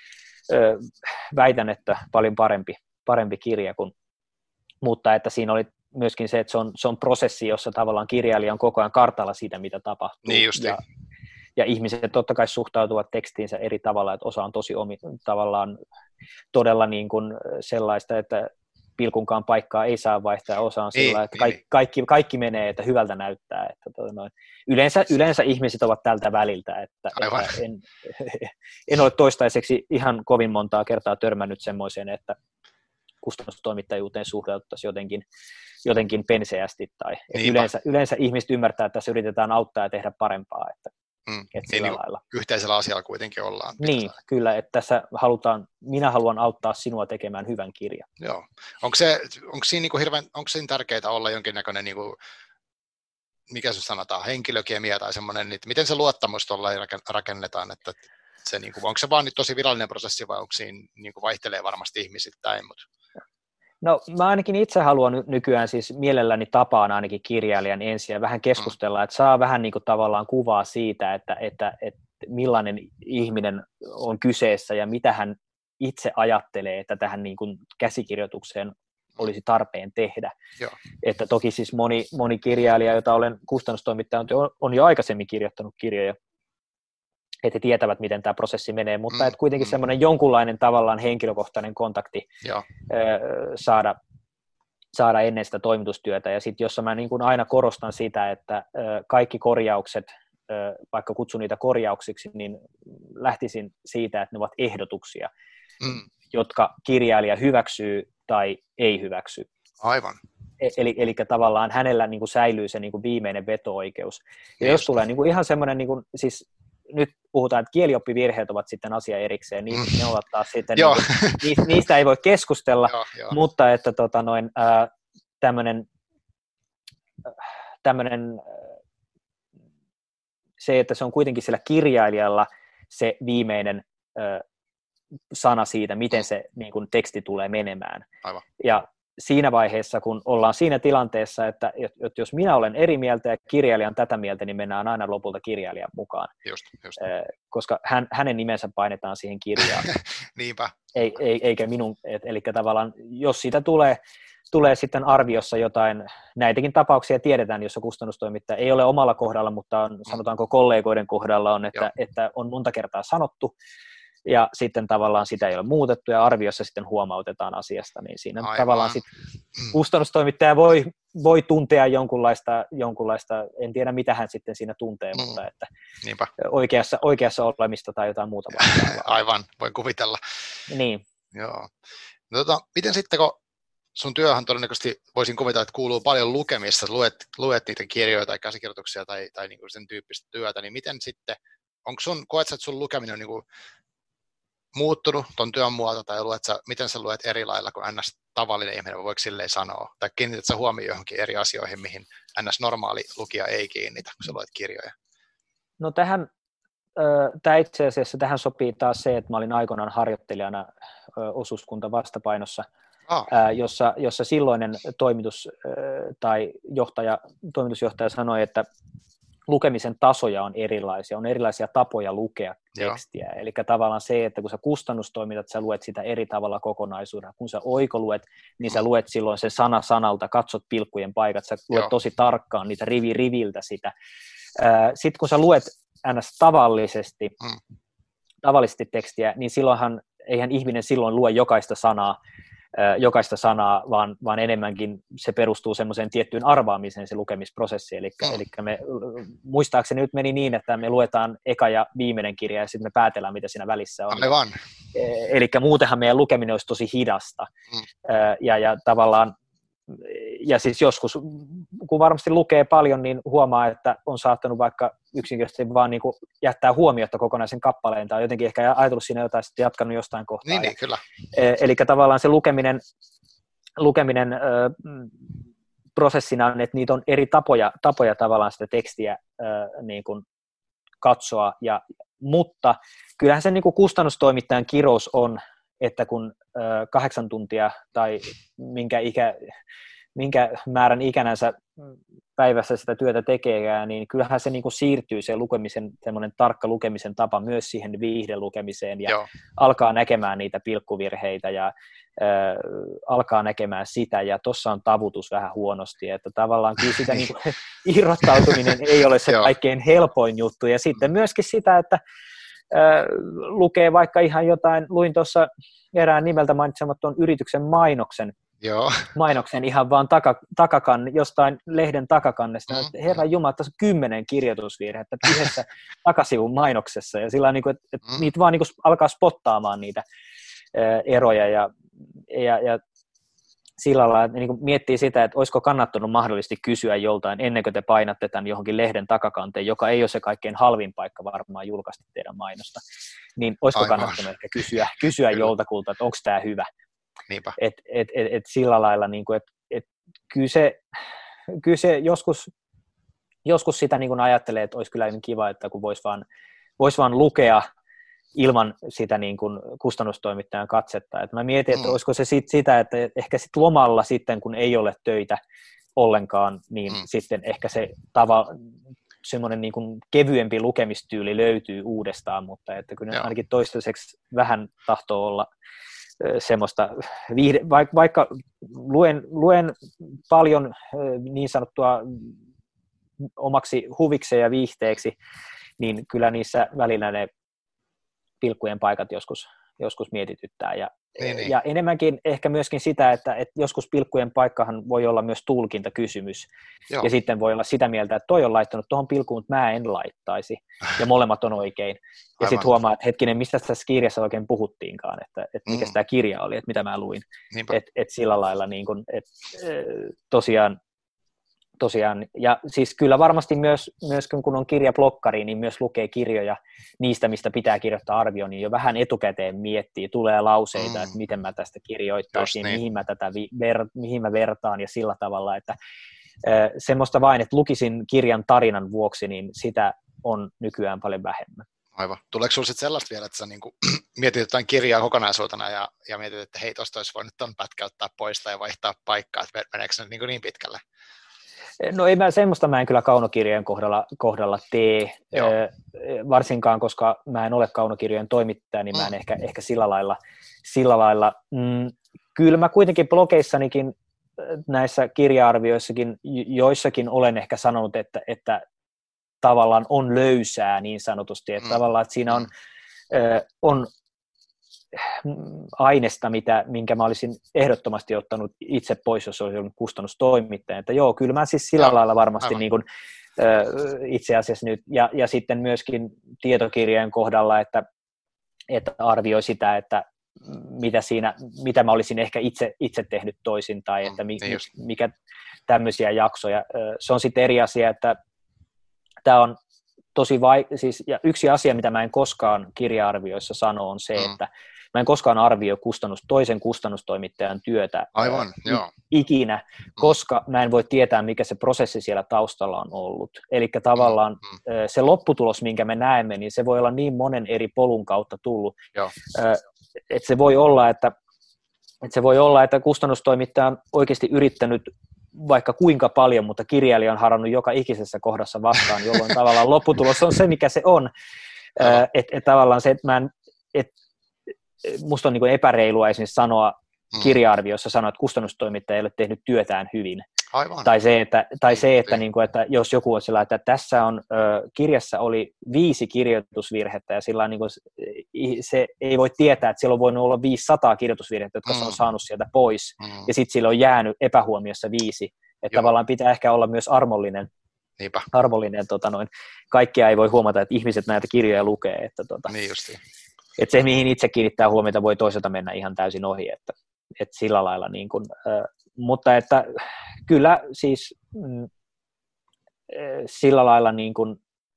[SPEAKER 2] ö, väitän, että paljon parempi, parempi kirja, kun, mutta että siinä oli myöskin se, että se on, se on prosessi, jossa tavallaan kirjailija on koko ajan kartalla siitä, mitä tapahtuu.
[SPEAKER 1] Niin justi.
[SPEAKER 2] Ja, ja ihmiset totta kai suhtautuvat tekstiinsä eri tavalla, että osa on tosi omi, tavallaan todella niin kuin sellaista, että pilkunkaan paikkaa ei saa vaihtaa, osa on sillä, että kaikki, kaikki, kaikki menee, että hyvältä näyttää. Että noin. Yleensä, yleensä ihmiset ovat tältä väliltä, että, että en, en ole toistaiseksi ihan kovin montaa kertaa törmännyt semmoiseen, että kustannustoimittajuuteen suhtauduttaisiin jotenkin, jotenkin penseästi. Tai yleensä, yleensä ihmiset ymmärtää, että tässä yritetään auttaa ja tehdä parempaa. Että,
[SPEAKER 1] Mm.
[SPEAKER 2] Et
[SPEAKER 1] niin, niin
[SPEAKER 2] lailla.
[SPEAKER 1] Yhteisellä asialla kuitenkin ollaan.
[SPEAKER 2] Niin,
[SPEAKER 1] saada.
[SPEAKER 2] kyllä, että tässä halutaan, minä haluan auttaa sinua tekemään hyvän kirjan.
[SPEAKER 1] Joo. Onko, se, onko, siinä niin kuin hirveän, onko siinä tärkeää olla jonkinnäköinen, niin kuin, mikä se sanotaan, henkilökemia tai semmoinen, että miten se luottamus tuolla rakennetaan, että se, niin kuin, onko se vaan nyt tosi virallinen prosessi vai onko siinä niin kuin vaihtelee varmasti ihmisittäin? Mutta...
[SPEAKER 2] No mä ainakin itse haluan nykyään siis mielelläni tapaan ainakin kirjailijan ensin ja vähän keskustella, mm. että saa vähän niin kuin tavallaan kuvaa siitä, että, että, että millainen ihminen on kyseessä ja mitä hän itse ajattelee, että tähän niin kuin käsikirjoitukseen olisi tarpeen tehdä. Joo. Että toki siis moni, moni kirjailija, jota olen kustannustoimittaja, on jo aikaisemmin kirjoittanut kirjoja, että he tietävät, miten tämä prosessi menee, mutta mm, että kuitenkin mm. semmoinen jonkunlainen tavallaan henkilökohtainen kontakti Joo. saada, saada ennen sitä toimitustyötä. Ja sitten jossa mä niin kuin aina korostan sitä, että kaikki korjaukset, vaikka kutsun niitä korjauksiksi, niin lähtisin siitä, että ne ovat ehdotuksia, mm. jotka kirjailija hyväksyy tai ei hyväksy.
[SPEAKER 1] Aivan.
[SPEAKER 2] Eli, eli tavallaan hänellä niin kuin säilyy se niin kuin viimeinen veto-oikeus. Ja Just. jos tulee niin kuin ihan semmoinen, niin kuin, siis nyt puhutaan, että kielioppivirheet ovat sitten asia erikseen, niin mm. ne ovat taas sitten, niin kuin, niistä, niistä ei voi keskustella, joo, joo. mutta että tota, noin, äh, tämmöinen, tämmöinen, se, että se on kuitenkin sillä kirjailijalla se viimeinen äh, sana siitä, miten se niin kuin, teksti tulee menemään.
[SPEAKER 1] Aivan.
[SPEAKER 2] Ja siinä vaiheessa, kun ollaan siinä tilanteessa, että, että jos minä olen eri mieltä ja kirjailija on tätä mieltä, niin mennään aina lopulta kirjailijan mukaan,
[SPEAKER 1] just, just.
[SPEAKER 2] koska hän, hänen nimensä painetaan siihen kirjaan.
[SPEAKER 1] Niinpä.
[SPEAKER 2] Ei, ei, eikä minun, et, eli tavallaan jos siitä tulee, tulee sitten arviossa jotain, näitäkin tapauksia tiedetään, jossa kustannustoimittaja ei ole omalla kohdalla, mutta on, sanotaanko kollegoiden kohdalla on, että, että on monta kertaa sanottu, ja sitten tavallaan sitä ei ole muutettu ja arviossa sitten huomautetaan asiasta, niin siinä Aivan. tavallaan sitten kustannustoimittaja voi, voi tuntea jonkunlaista, jonkunlaista, en tiedä mitä hän sitten siinä tuntee, mm. mutta että Niinpä. Oikeassa, oikeassa olemista tai jotain muuta.
[SPEAKER 1] Aivan, voin kuvitella.
[SPEAKER 2] Niin.
[SPEAKER 1] Joo. No, tota, miten sitten, kun sun työhän todennäköisesti voisin kuvitella, että kuuluu paljon lukemista, luet, luet niitä kirjoja tai käsikirjoituksia tai, tai niin kuin sen tyyppistä työtä, niin miten sitten, onko sun, koet sä, että sun lukeminen on niin kuin muuttunut ton työn muualta, tai luet sä, miten sä luet eri lailla kuin ns. Tavallinen ihminen, voiko silleen sanoa, tai kiinnität sä huomioon johonkin eri asioihin, mihin ns. Normaali lukija ei kiinnitä, kun sä luet kirjoja?
[SPEAKER 2] No tähän, tämä itse asiassa tähän sopii taas se, että mä olin aikoinaan harjoittelijana osuuskunta Vastapainossa, ah. jossa, jossa silloinen toimitus tai johtaja, toimitusjohtaja sanoi, että lukemisen tasoja on erilaisia, on erilaisia tapoja lukea tekstiä. Joo. Eli tavallaan se, että kun sä kustannustoimitat, sä luet sitä eri tavalla kokonaisuudena. Kun sä oikoluet, niin sä luet silloin sen sana sanalta, katsot pilkkujen paikat, sä luet Joo. tosi tarkkaan niitä rivi riviltä sitä. Sitten kun sä luet ns. tavallisesti, mm. tavallisesti tekstiä, niin silloinhan, eihän ihminen silloin lue jokaista sanaa, jokaista sanaa, vaan, vaan enemmänkin se perustuu semmoiseen tiettyyn arvaamiseen se lukemisprosessi. Eli, mm. eli me, muistaakseni nyt meni niin, että me luetaan eka ja viimeinen kirja ja sitten me päätellään, mitä siinä välissä on.
[SPEAKER 1] Aivan.
[SPEAKER 2] Eli muutenhan meidän lukeminen olisi tosi hidasta. Mm. Ja, ja tavallaan, ja siis joskus, kun varmasti lukee paljon, niin huomaa, että on saattanut vaikka yksinkertaisesti vaan niin kuin jättää huomiota kokonaisen kappaleen, tai jotenkin ehkä ajatellut siinä jotain, sitten jatkanut jostain kohtaa.
[SPEAKER 1] Niin, niin kyllä.
[SPEAKER 2] Eli tavallaan se lukeminen, lukeminen ö, prosessina on, että niitä on eri tapoja, tapoja tavallaan sitä tekstiä ö, niin kuin katsoa, ja, mutta kyllähän se niin kuin kustannustoimittajan kirous on, että kun ö, kahdeksan tuntia tai minkä, ikä, minkä määrän ikänänsä päivässä sitä työtä tekee, niin kyllähän se niin kuin siirtyy se lukemisen, semmoinen tarkka lukemisen tapa myös siihen viihdelukemiseen ja Joo. alkaa näkemään niitä pilkkuvirheitä ja ö, alkaa näkemään sitä, ja tuossa on tavutus vähän huonosti, että tavallaan kyllä sitä niin kuin, irrottautuminen ei ole se kaikkein helpoin juttu, ja sitten myöskin sitä, että lukee vaikka ihan jotain, luin tuossa erään nimeltä mainitsemattoman yrityksen mainoksen,
[SPEAKER 1] Joo.
[SPEAKER 2] mainoksen ihan vaan taka, takakan, jostain lehden takakannesta, mm. herran jumala, tässä on kymmenen kirjoitusvirhettä yhdessä takasivun mainoksessa, ja sillä niin kuin, että, että mm. niitä vaan niin kuin alkaa spottaamaan niitä ää, eroja, ja, ja, ja sillä lailla, että niin kuin miettii sitä, että olisiko kannattanut mahdollisesti kysyä joltain ennen kuin te painatte tämän johonkin lehden takakanteen, joka ei ole se kaikkein halvin paikka varmaan julkaista teidän mainosta, niin olisiko
[SPEAKER 1] Aivan.
[SPEAKER 2] kannattanut ehkä kysyä, kysyä joltakulta, että onko tämä hyvä.
[SPEAKER 1] Niinpä.
[SPEAKER 2] Et, et, et, et sillä lailla, niin kuin, että et, kyllä, se, kyllä se joskus, joskus sitä niin kuin ajattelee, että olisi kyllä kiva, että kun voisi vaan, vois vaan lukea ilman sitä niin kuin kustannustoimittajan katsetta. Et mä mietin, että mm. olisiko se sit sitä, että ehkä sit lomalla sitten, kun ei ole töitä ollenkaan, niin mm. sitten ehkä se tava, semmoinen niin kuin kevyempi lukemistyyli löytyy uudestaan, mutta että kyllä Joo. ainakin toistaiseksi vähän tahtoo olla semmoista, vaikka, vaikka luen, luen paljon niin sanottua omaksi huvikseen ja viihteeksi, niin kyllä niissä välillä ne pilkkujen paikat joskus, joskus mietityttää. Ja, niin, niin. ja enemmänkin ehkä myöskin sitä, että, että joskus pilkkujen paikkahan voi olla myös tulkintakysymys. Joo. Ja sitten voi olla sitä mieltä, että toi on laittanut tuohon pilkuun, mutta mä en laittaisi. Ja molemmat on oikein. Ja sitten huomaa, että hetkinen, mistä tässä kirjassa oikein puhuttiinkaan, että, että mikä mm. tämä kirja oli, että mitä mä luin. Että et sillä lailla niin kun, et, tosiaan, Tosiaan, ja siis kyllä varmasti myös, myös kun on kirjablokkari, niin myös lukee kirjoja niistä, mistä pitää kirjoittaa arvio, niin jo vähän etukäteen miettii, tulee lauseita, mm. että miten mä tästä kirjoittaisin, niin. mihin, mä tätä ver, mihin mä vertaan ja sillä tavalla, että äh, semmoista vain, että lukisin kirjan tarinan vuoksi, niin sitä on nykyään paljon vähemmän.
[SPEAKER 1] Aivan. Tuleeko sinulla sitten sellaista vielä, että sä niinku mietit jotain kirjaa kokonaisuutena ja, ja mietit, että hei, tuosta olisi voinut ton pätkä ottaa pois tai vaihtaa paikkaa, että meneekö se niin, niin pitkälle?
[SPEAKER 2] No ei mä, semmoista mä en kyllä kaunokirjojen kohdalla, kohdalla tee, Joo. varsinkaan koska mä en ole kaunokirjojen toimittaja, niin mä en mm. ehkä, ehkä sillä lailla, sillä lailla. Mm, kyllä mä kuitenkin blogeissanikin näissä kirja-arvioissakin, joissakin olen ehkä sanonut, että, että tavallaan on löysää niin sanotusti, että mm. tavallaan että siinä on, mm. on aineesta, mitä, minkä mä olisin ehdottomasti ottanut itse pois, jos olisi ollut kustannustoimittaja. Että joo, kyllä mä siis sillä joo, lailla varmasti niin kuin, äh, itse asiassa nyt, ja, ja sitten myöskin tietokirjojen kohdalla, että, että arvioi sitä, että mitä, siinä, mitä mä olisin ehkä itse, itse tehnyt toisin, tai että mi, niin mikä tämmöisiä jaksoja. Se on sitten eri asia, että tämä on tosi vai, siis, ja yksi asia, mitä mä en koskaan kirja-arvioissa sano, on se, mm. että mä en koskaan arvioi kustannus, toisen kustannustoimittajan työtä
[SPEAKER 1] Aivan,
[SPEAKER 2] ä,
[SPEAKER 1] joo.
[SPEAKER 2] ikinä, koska mä en voi tietää, mikä se prosessi siellä taustalla on ollut. Eli tavallaan mm. ä, se lopputulos, minkä me näemme, niin se voi olla niin monen eri polun kautta tullut, että se voi olla, että, että se voi olla, että kustannustoimittaja on oikeasti yrittänyt vaikka kuinka paljon, mutta kirjailija on harannut joka ikisessä kohdassa vastaan, jolloin tavallaan lopputulos on se, mikä se on. Että et tavallaan se, että mä en, et, musta on niin kuin epäreilua esimerkiksi sanoa mm. kirja-arviossa sanoa, että kustannustoimittaja ei ole tehnyt työtään hyvin.
[SPEAKER 1] Aivan.
[SPEAKER 2] Tai se, että, tai se, että, niin kuin, että jos joku on sillä, että tässä on, ö, kirjassa oli viisi kirjoitusvirhettä ja sillä niin kuin, se ei voi tietää, että siellä on voinut olla viisisataa kirjoitusvirhettä, jotka mm. se on saanut sieltä pois, mm. ja sitten sillä on jäänyt epähuomiossa viisi. Että tavallaan pitää ehkä olla myös armollinen.
[SPEAKER 1] Niinpä.
[SPEAKER 2] armollinen tota noin. Kaikkia ei voi huomata, että ihmiset näitä kirjoja lukee. Että, tota,
[SPEAKER 1] niin justiin.
[SPEAKER 2] Että se, mihin itse kiinnittää huomiota, voi toiselta mennä ihan täysin ohi. Että, että sillä lailla niin kuin, äh, mutta että kyllä siis mm, sillä lailla niin kuin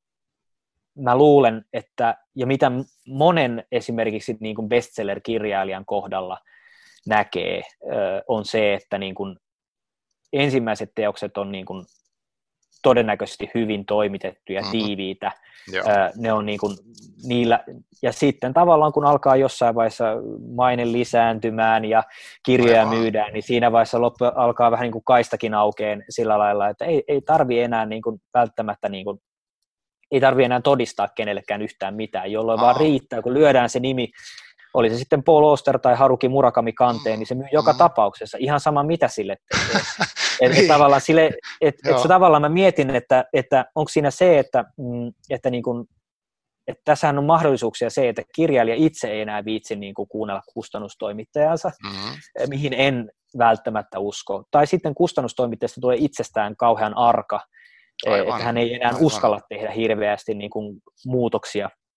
[SPEAKER 2] mä luulen, että ja mitä monen esimerkiksi niin kuin bestseller-kirjailijan kohdalla näkee, on se, että niin kuin ensimmäiset teokset on niin kuin todennäköisesti hyvin toimitettuja, mm-hmm. tiiviitä. Joo. Ne on niin kuin niillä, ja sitten tavallaan kun alkaa jossain vaiheessa maine lisääntymään ja kirjoja Aivan. myydään, niin siinä vaiheessa loppu alkaa vähän niin kuin kaistakin aukeen sillä lailla, että ei, ei tarvi enää niin kuin välttämättä niin kuin, ei tarvi enää todistaa kenellekään yhtään mitään, jolloin Aha. vaan riittää, kun lyödään se nimi, oli se sitten Paul Auster tai Haruki Murakami kanteen, niin se myy joka mm. tapauksessa, ihan sama mitä sille tekee. Että et tavallaan, sille, et, et se tavallaan mä mietin, että, että onko siinä se, että, että, niin kun, että tässähän on mahdollisuuksia se, että kirjailija itse ei enää viitsi niin kuin kuunnella kustannustoimittajansa, mm-hmm. mihin en välttämättä usko. Tai sitten kustannustoimittajasta tulee itsestään kauhean arka, Aivan. että hän ei enää Aivan. uskalla tehdä hirveästi niin kuin muutoksia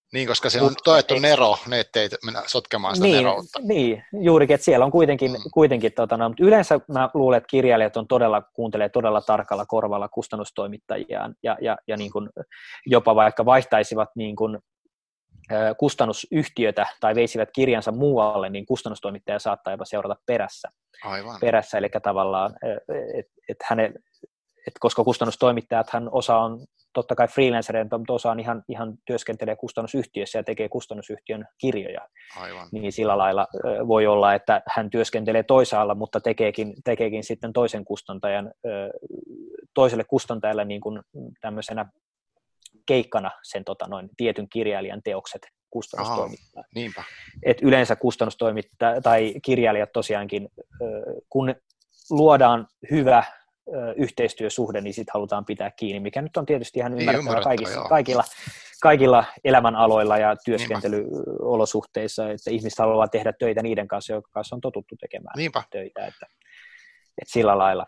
[SPEAKER 1] Niin, koska se on toettu nero, ne ettei mennä sotkemaan sitä
[SPEAKER 2] niin,
[SPEAKER 1] neroutta.
[SPEAKER 2] Niin, juurikin, että siellä on kuitenkin, mm. kuitenkin tota, no, mutta yleensä mä luulen, että kirjailijat on todella, kuuntelee todella tarkalla korvalla kustannustoimittajiaan ja, ja, ja niin kuin jopa vaikka vaihtaisivat niin kuin, kustannusyhtiötä tai veisivät kirjansa muualle, niin kustannustoimittaja saattaa jopa seurata perässä.
[SPEAKER 1] Aivan.
[SPEAKER 2] perässä eli tavallaan, että et hänen, et koska kustannustoimittajathan osa on totta kai freelancereita, mutta osa on ihan, ihan työskentelee kustannusyhtiössä ja tekee kustannusyhtiön kirjoja.
[SPEAKER 1] Aivan.
[SPEAKER 2] Niin sillä lailla voi olla, että hän työskentelee toisaalla, mutta tekeekin, tekeekin sitten toisen kustantajan, toiselle kustantajalle niin kuin tämmöisenä keikkana sen tota, noin, tietyn kirjailijan teokset kustannustoimittaa.
[SPEAKER 1] Niinpä.
[SPEAKER 2] Et yleensä kustannustoimittaja tai kirjailijat tosiaankin, kun luodaan hyvä yhteistyösuhde, niin sitten halutaan pitää kiinni, mikä nyt on tietysti ihan ymmärrettävää kaikissa, kaikilla, kaikilla elämänaloilla ja työskentelyolosuhteissa, että ihmiset haluaa tehdä töitä niiden kanssa, joiden kanssa on totuttu tekemään
[SPEAKER 1] Niinpä.
[SPEAKER 2] töitä. Että, että sillä lailla,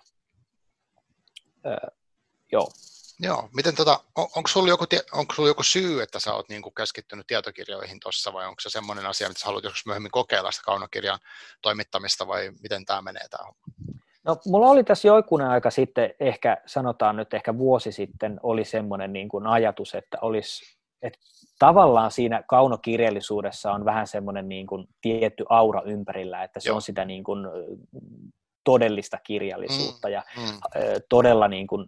[SPEAKER 2] öö, joo.
[SPEAKER 1] Joo, miten tota, on, onko sulla joku, onko sulla joku syy, että sä oot niinku keskittynyt tietokirjoihin tuossa, vai onko se semmoinen asia, mitä sä haluat joskus myöhemmin kokeilla sitä kaunokirjan toimittamista, vai miten tämä menee tämä homma?
[SPEAKER 2] No, mulla oli tässä joikunen aika sitten, ehkä sanotaan nyt ehkä vuosi sitten, oli semmoinen niin kuin ajatus, että olisi, että tavallaan siinä kaunokirjallisuudessa on vähän semmoinen niin kuin tietty aura ympärillä, että se Joo. on sitä niin kuin todellista kirjallisuutta mm, ja mm. todella niin kuin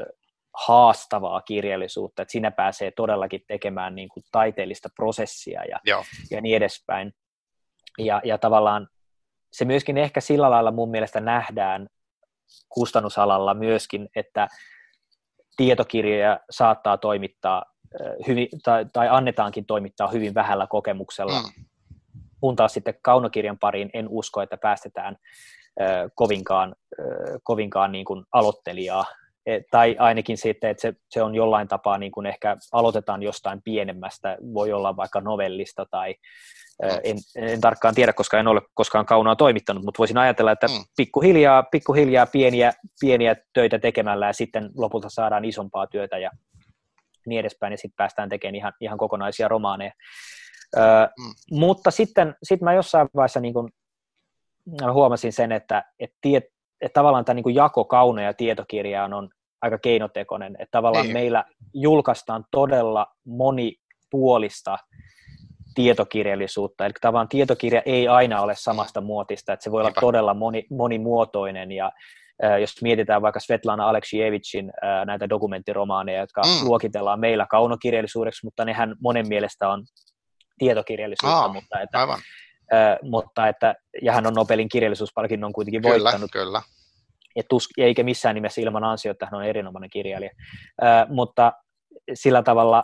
[SPEAKER 2] haastavaa kirjallisuutta, että siinä pääsee todellakin tekemään niin kuin taiteellista prosessia ja, ja niin edespäin. Ja, ja tavallaan se myöskin ehkä sillä lailla mun mielestä nähdään kustannusalalla myöskin, että tietokirjoja saattaa toimittaa hyvin, tai, tai annetaankin toimittaa hyvin vähällä kokemuksella. Mm. Kun taas sitten kaunokirjan pariin en usko, että päästetään äh, kovinkaan, äh, kovinkaan niin kuin aloittelijaa. E, tai ainakin sitten, että se, se on jollain tapaa niin kuin ehkä aloitetaan jostain pienemmästä, voi olla vaikka novellista tai En, en tarkkaan tiedä, koska en ole koskaan kaunaa toimittanut, mutta voisin ajatella, että mm. pikkuhiljaa, pikkuhiljaa pieniä, pieniä töitä tekemällä ja sitten lopulta saadaan isompaa työtä ja niin edespäin, ja sitten päästään tekemään ihan, ihan kokonaisia romaaneja. Ö, mm. Mutta sitten sit mä jossain vaiheessa niin kun, huomasin sen, että, että, tiet, että tavallaan tämä niin jako kauno- ja tietokirjaan on aika keinotekoinen, että tavallaan niin. meillä julkaistaan todella monipuolista tietokirjallisuutta, eli tavallaan tietokirja ei aina ole samasta muotista, että se voi olla Niinpä. todella moni, monimuotoinen, ja äh, jos mietitään vaikka Svetlana Aleksijevitsin äh, näitä dokumenttiromaaneja, jotka mm. luokitellaan meillä kaunokirjallisuudeksi, mutta nehän monen mielestä on tietokirjallisuutta, Aa, mutta, että, äh, mutta että, ja hän on Nobelin kirjallisuuspalkinnon kuitenkin
[SPEAKER 1] kyllä,
[SPEAKER 2] voittanut,
[SPEAKER 1] kyllä.
[SPEAKER 2] Ja tus, eikä missään nimessä ilman ansiota, hän on erinomainen kirjailija, äh, mutta sillä tavalla,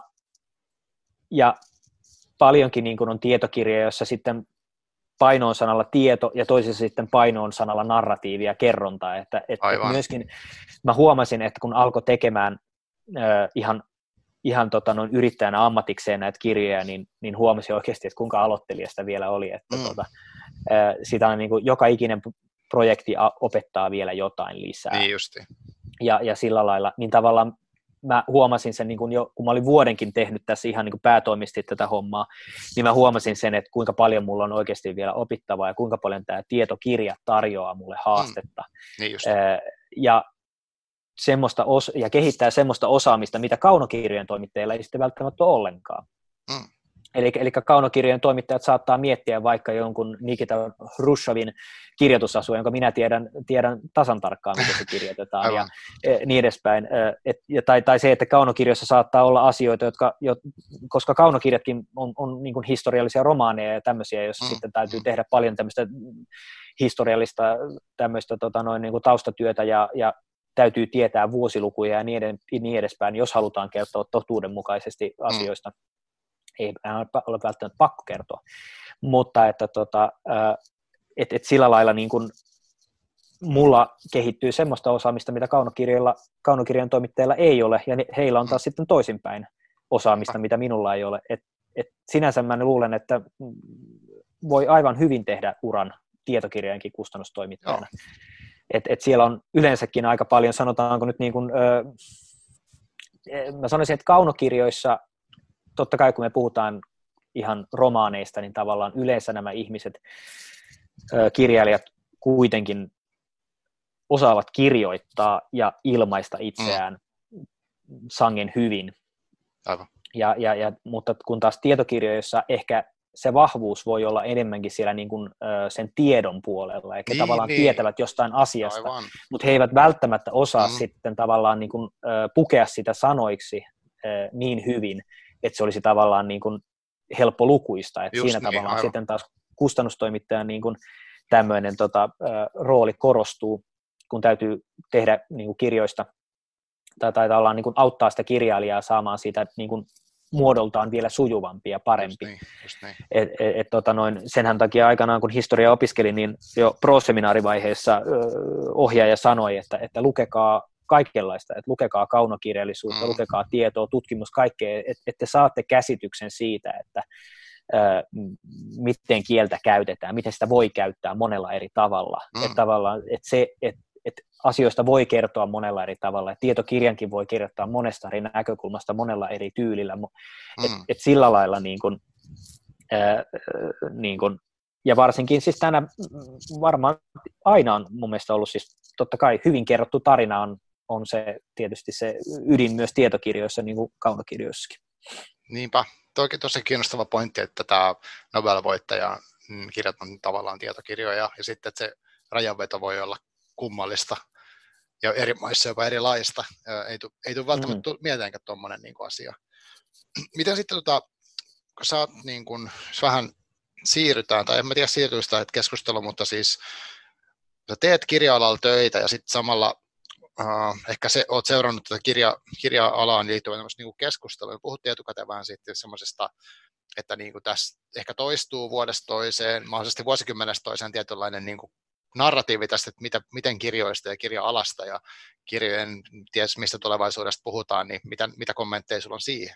[SPEAKER 2] ja paljonkin niin kuin on tietokirjoja, jossa sitten paino on sanalla tieto ja toisessa sitten paino on sanalla narratiivi ja kerronta. Että, että myöskin mä huomasin, että kun alkoi tekemään äh, ihan, ihan tota, noin yrittäjänä ammatikseen näitä kirjoja, niin, niin huomasin oikeasti, että kuinka aloittelijasta vielä oli. Että, mm. tota, äh, sitä on niin kuin, joka ikinen projekti opettaa vielä jotain lisää.
[SPEAKER 1] Niin justi.
[SPEAKER 2] Ja, ja sillä lailla, niin tavallaan mä huomasin sen, niin kun, jo, kun mä olin vuodenkin tehnyt tässä ihan niin kuin päätoimisti tätä hommaa, niin mä huomasin sen, että kuinka paljon mulla on oikeasti vielä opittavaa ja kuinka paljon tämä tietokirja tarjoaa mulle haastetta. Mm, niin just. Ja, semmoista os- ja kehittää semmoista osaamista, mitä kaunokirjojen toimittajilla ei sitten välttämättä ole ollenkaan. Mm. Eli, eli kaunokirjojen toimittajat saattaa miettiä vaikka jonkun Nikita Hrushchovin kirjoitusasua, jonka minä tiedän, tiedän tasan tarkkaan, miten se kirjoitetaan, ja niin edespäin. Et, ja, tai, tai se, että kaunokirjoissa saattaa olla asioita, jotka, jo, koska kaunokirjatkin on, on niin kuin historiallisia romaaneja ja tämmöisiä, joissa mm. sitten täytyy tehdä paljon tämmöistä historiallista tämmöistä tota, noin, niin kuin taustatyötä, ja, ja täytyy tietää vuosilukuja ja niin, ed- niin edespäin, jos halutaan kertoa totuudenmukaisesti asioista. Mm. Ei ole välttämättä pakko kertoa, mutta että tota, et, et sillä lailla niin kun mulla kehittyy semmoista osaamista, mitä kaunokirjoilla, kaunokirjan toimittajilla ei ole, ja heillä on taas sitten toisinpäin osaamista, mitä minulla ei ole. Et, et sinänsä mä luulen, että voi aivan hyvin tehdä uran tietokirjaankin kustannustoimittajana. Et, et siellä on yleensäkin aika paljon, sanotaanko nyt niin kuin, öö, mä sanoisin, että kaunokirjoissa totta kai kun me puhutaan ihan romaaneista, niin tavallaan yleensä nämä ihmiset, kirjailijat kuitenkin osaavat kirjoittaa ja ilmaista itseään mm. sangen hyvin.
[SPEAKER 1] Aivan.
[SPEAKER 2] Ja, ja, ja, mutta kun taas tietokirjoissa ehkä se vahvuus voi olla enemmänkin siellä niin kuin, sen tiedon puolella, eli niin, tavallaan niin. tietävät jostain asiasta, Aivan. mutta he eivät välttämättä osaa mm. sitten tavallaan niin kuin, pukea sitä sanoiksi niin hyvin, että se olisi tavallaan niin kuin helppolukuista, että Just siinä niin, tavallaan aivan. sitten taas kustannustoimittajan niin kuin tämmöinen tota, rooli korostuu, kun täytyy tehdä niin kuin kirjoista, tai, tai tavallaan niin kuin auttaa sitä kirjailijaa saamaan siitä niin kuin muodoltaan vielä sujuvampi ja parempi. Just niin, just niin. Et, et, et, tota noin, senhän takia aikanaan, kun historia opiskelin, niin jo pro-seminaarivaiheessa ö, ohjaaja sanoi, että, että lukekaa kaikenlaista, että lukekaa kaunokirjallisuutta, mm. lukekaa tietoa, tutkimus, kaikkea, että et te saatte käsityksen siitä, että ö, miten kieltä käytetään, miten sitä voi käyttää monella eri tavalla. Mm. Että tavallaan, että se, että että asioista voi kertoa monella eri tavalla, ja tietokirjankin voi kirjoittaa monesta eri näkökulmasta, monella eri tyylillä, mm. että et sillä lailla niin kuin, ää, niin kuin, ja varsinkin siis tänä varmaan aina on mun mielestä ollut siis totta kai hyvin kerrottu tarina on, on se tietysti se ydin myös tietokirjoissa niin kuin kaunokirjoissakin.
[SPEAKER 1] Niinpä, toki tosi kiinnostava pointti, että tämä Nobel-voittaja kirjat on tavallaan tietokirjoja, ja sitten että se rajanveto voi olla kummallista ja eri maissa jopa erilaista. Ei tule, ei tule välttämättä mm. mieleenkään tuommoinen niin kuin asia. Miten sitten, tota, kun sä oot, niin kuin, jos vähän siirrytään, tai en mä tiedä siirtyistä keskustelua, mutta siis sä teet kirja-alalla töitä ja sitten samalla uh, ehkä se, oot seurannut tätä kirja, kirja-alaan liittyvää niin keskustelua. Puhuttiin etukäteen vähän sitten semmoisesta, että niin kuin tässä ehkä toistuu vuodesta toiseen, mahdollisesti vuosikymmenestä toiseen tietynlainen niin kuin narratiivi tästä, että mitä, miten kirjoista ja kirja-alasta ja kirjojen, ties mistä tulevaisuudesta puhutaan, niin mitä, mitä kommentteja sulla on siihen?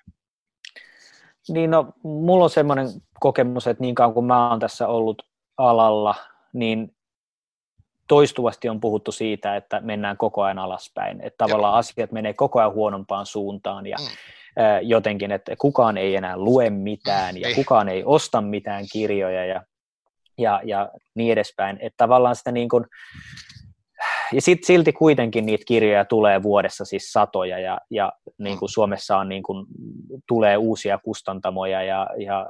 [SPEAKER 2] Niin no, mulla on semmoinen kokemus, että niin kauan kuin mä oon tässä ollut alalla, niin toistuvasti on puhuttu siitä, että mennään koko ajan alaspäin, että tavallaan Joo. asiat menee koko ajan huonompaan suuntaan ja mm. jotenkin, että kukaan ei enää lue mitään mm, ja niin. kukaan ei osta mitään kirjoja ja Ja, ja niin edespäin, että tavallaan sitä niin kuin, ja sit, silti kuitenkin niitä kirjoja tulee vuodessa siis satoja, ja, ja niin kuin Suomessa on niin kuin, tulee uusia kustantamoja, ja, ja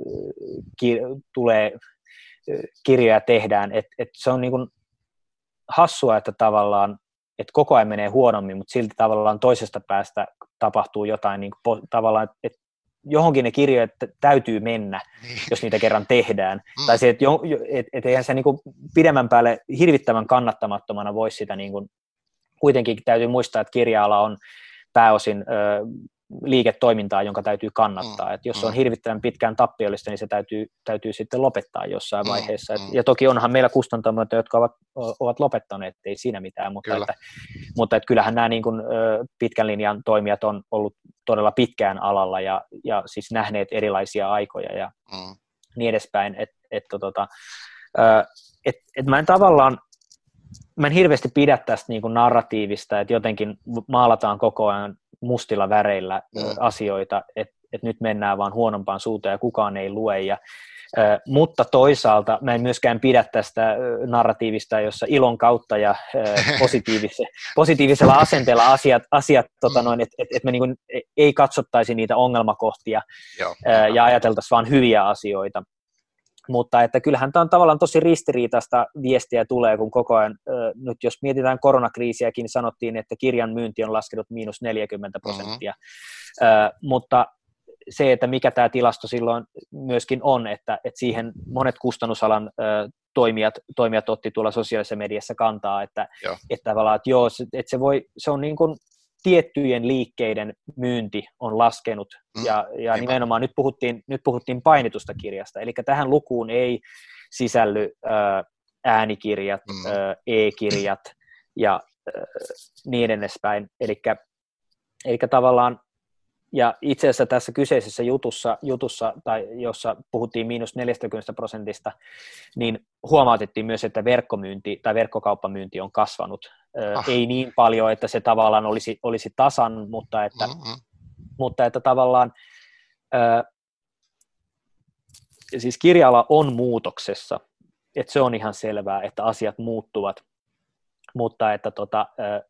[SPEAKER 2] ki, tulee kirjoja tehdään, että et se on niin kuin hassua, että tavallaan, että koko ajan menee huonommin, mutta silti tavallaan toisesta päästä tapahtuu jotain niin kuin, tavallaan, että johonkin ne kirjat täytyy mennä, niin. jos niitä kerran tehdään. Mm. Tai se, että et, et eihän se niin kuin pidemmän päälle hirvittävän kannattamattomana voisi sitä, niin kuin, kuitenkin täytyy muistaa, että kirja-ala on pääosin ö, liiketoimintaa, jonka täytyy kannattaa. Mm. Et jos se on hirvittävän pitkään tappiollista, niin se täytyy, täytyy sitten lopettaa jossain mm. vaiheessa. Et, ja toki onhan meillä kustantamoita, jotka ovat, ovat lopettaneet, ei siinä mitään, mutta, Kyllä. että, mutta että kyllähän nämä niin kuin, ö, pitkän linjan toimijat on ollut todella pitkään alalla ja, ja siis nähneet erilaisia aikoja ja mm. niin edespäin, että et, tota, et, et mä en tavallaan, mä en hirveästi pidä tästä niin kuin narratiivista, että jotenkin maalataan koko ajan mustilla väreillä mm. asioita, että et nyt mennään vaan huonompaan suuntaan ja kukaan ei lue ja Ö, mutta toisaalta mä en myöskään pidä tästä narratiivista, jossa ilon kautta ja ö, positiivis- positiivisella asenteella asiat, asiat tota noin, että et, et me niinku ei katsottaisi niitä ongelmakohtia Joo, ö, ja ajateltaisiin vaan hyviä asioita. Mutta että kyllähän tämä on tavallaan tosi ristiriitaista viestiä tulee, kun koko ajan, ö, nyt jos mietitään koronakriisiäkin, niin sanottiin, että kirjan myynti on laskenut miinus neljäkymmentä prosenttia, mm-hmm. ö, mutta se, että mikä tämä tilasto silloin myöskin on, että, että siihen monet kustannusalan ö, toimijat, toimijat otti tuolla sosiaalisessa mediassa kantaa, että, että tavallaan, että joo, että se, voi, se on niin kuin tiettyjen liikkeiden myynti on laskenut, mm, ja, ja nimenomaan nyt puhuttiin, nyt puhuttiin painitusta kirjasta, eli tähän lukuun ei sisälly ö, äänikirjat, mm. ö, e-kirjat ja ö, niin edespäin, eli, eli tavallaan ja itse asiassa tässä kyseisessä jutussa, jutussa tai jossa puhuttiin miinus neljäkymmentä prosentista, niin huomautettiin myös, että verkkomyynti tai verkkokauppamyynti on kasvanut. Ah. Ei niin paljon, että se tavallaan olisi, olisi tasan, mutta että, mm-hmm. mutta että tavallaan ö, siis kirja-ala on muutoksessa, että se on ihan selvää, että asiat muuttuvat, mutta että tota,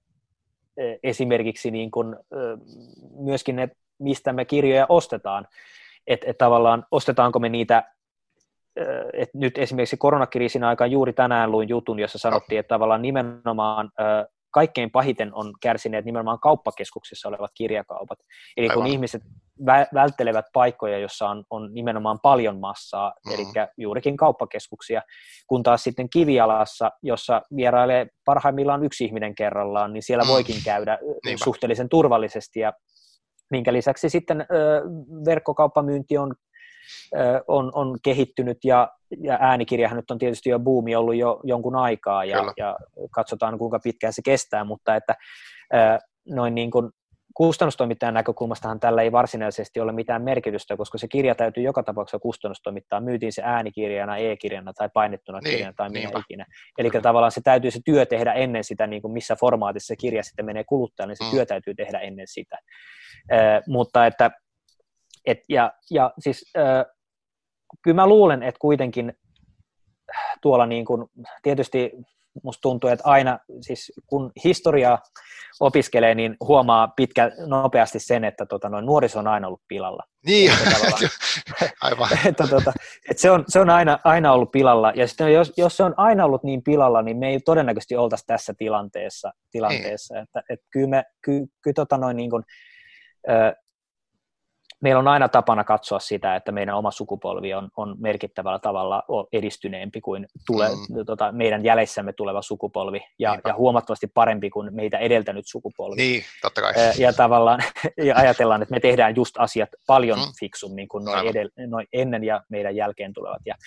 [SPEAKER 2] esimerkiksi niin kun, myöskin ne, mistä me kirjoja ostetaan, että et tavallaan ostetaanko me niitä, että nyt esimerkiksi koronakriisin aikaan juuri tänään luin jutun, jossa sanottiin, että tavallaan nimenomaan kaikkein pahiten on kärsineet nimenomaan kauppakeskuksissa olevat kirjakaupat. Eli kun Aivan. ihmiset vä- välttelevät paikkoja, jossa on, on nimenomaan paljon massaa, mm. eli juurikin kauppakeskuksia, kun taas sitten kivialassa, jossa vierailee parhaimmillaan yksi ihminen kerrallaan, niin siellä mm. voikin käydä Niinpä. suhteellisen turvallisesti, ja minkä lisäksi sitten ö, verkkokauppamyynti on On, on kehittynyt, ja, ja äänikirjahan nyt on tietysti jo buumi ollut jo jonkun aikaa, ja, ja katsotaan kuinka pitkään se kestää, mutta että noin niin kuin kustannustoimittajan näkökulmastahan tällä ei varsinaisesti ole mitään merkitystä, koska se kirja täytyy joka tapauksessa kustannustoimittaa, myytiin se äänikirjana, e-kirjana tai painettuna niin, kirjana tai minä ikinä. Eli Kyllä. tavallaan se täytyy se työ tehdä ennen sitä, niin kuin missä formaatissa se kirja sitten menee kuluttajalle, niin se mm. työ täytyy tehdä ennen sitä. Äh, mutta että Et, ja, ja siis äh, kyllä mä luulen, että kuitenkin tuolla niin kuin, tietysti musta tuntuu, että aina, siis kun historiaa opiskelee, niin huomaa pitkä, nopeasti sen, että tota, noin nuoriso on aina ollut pilalla.
[SPEAKER 1] Niin, aivan.
[SPEAKER 2] että, tota, että se on, se on aina, aina ollut pilalla, ja sitten jos, jos se on aina ollut niin pilalla, niin me ei todennäköisesti oltaisi tässä tilanteessa, tilanteessa. Niin. että, että kyllä me, ky, ky, tota noin niin kuin, äh, meillä on aina tapana katsoa sitä, että meidän oma sukupolvi on, on merkittävällä tavalla edistyneempi kuin tule, mm. tota, meidän jäljessämme tuleva sukupolvi, ja, ja huomattavasti parempi kuin meitä edeltänyt sukupolvi.
[SPEAKER 1] Niin, totta kai.
[SPEAKER 2] Ja tavallaan ja ajatellaan, että me tehdään just asiat paljon mm. fiksummin kuin noin, edel, noin ennen ja meidän jälkeen tulevat. Ja,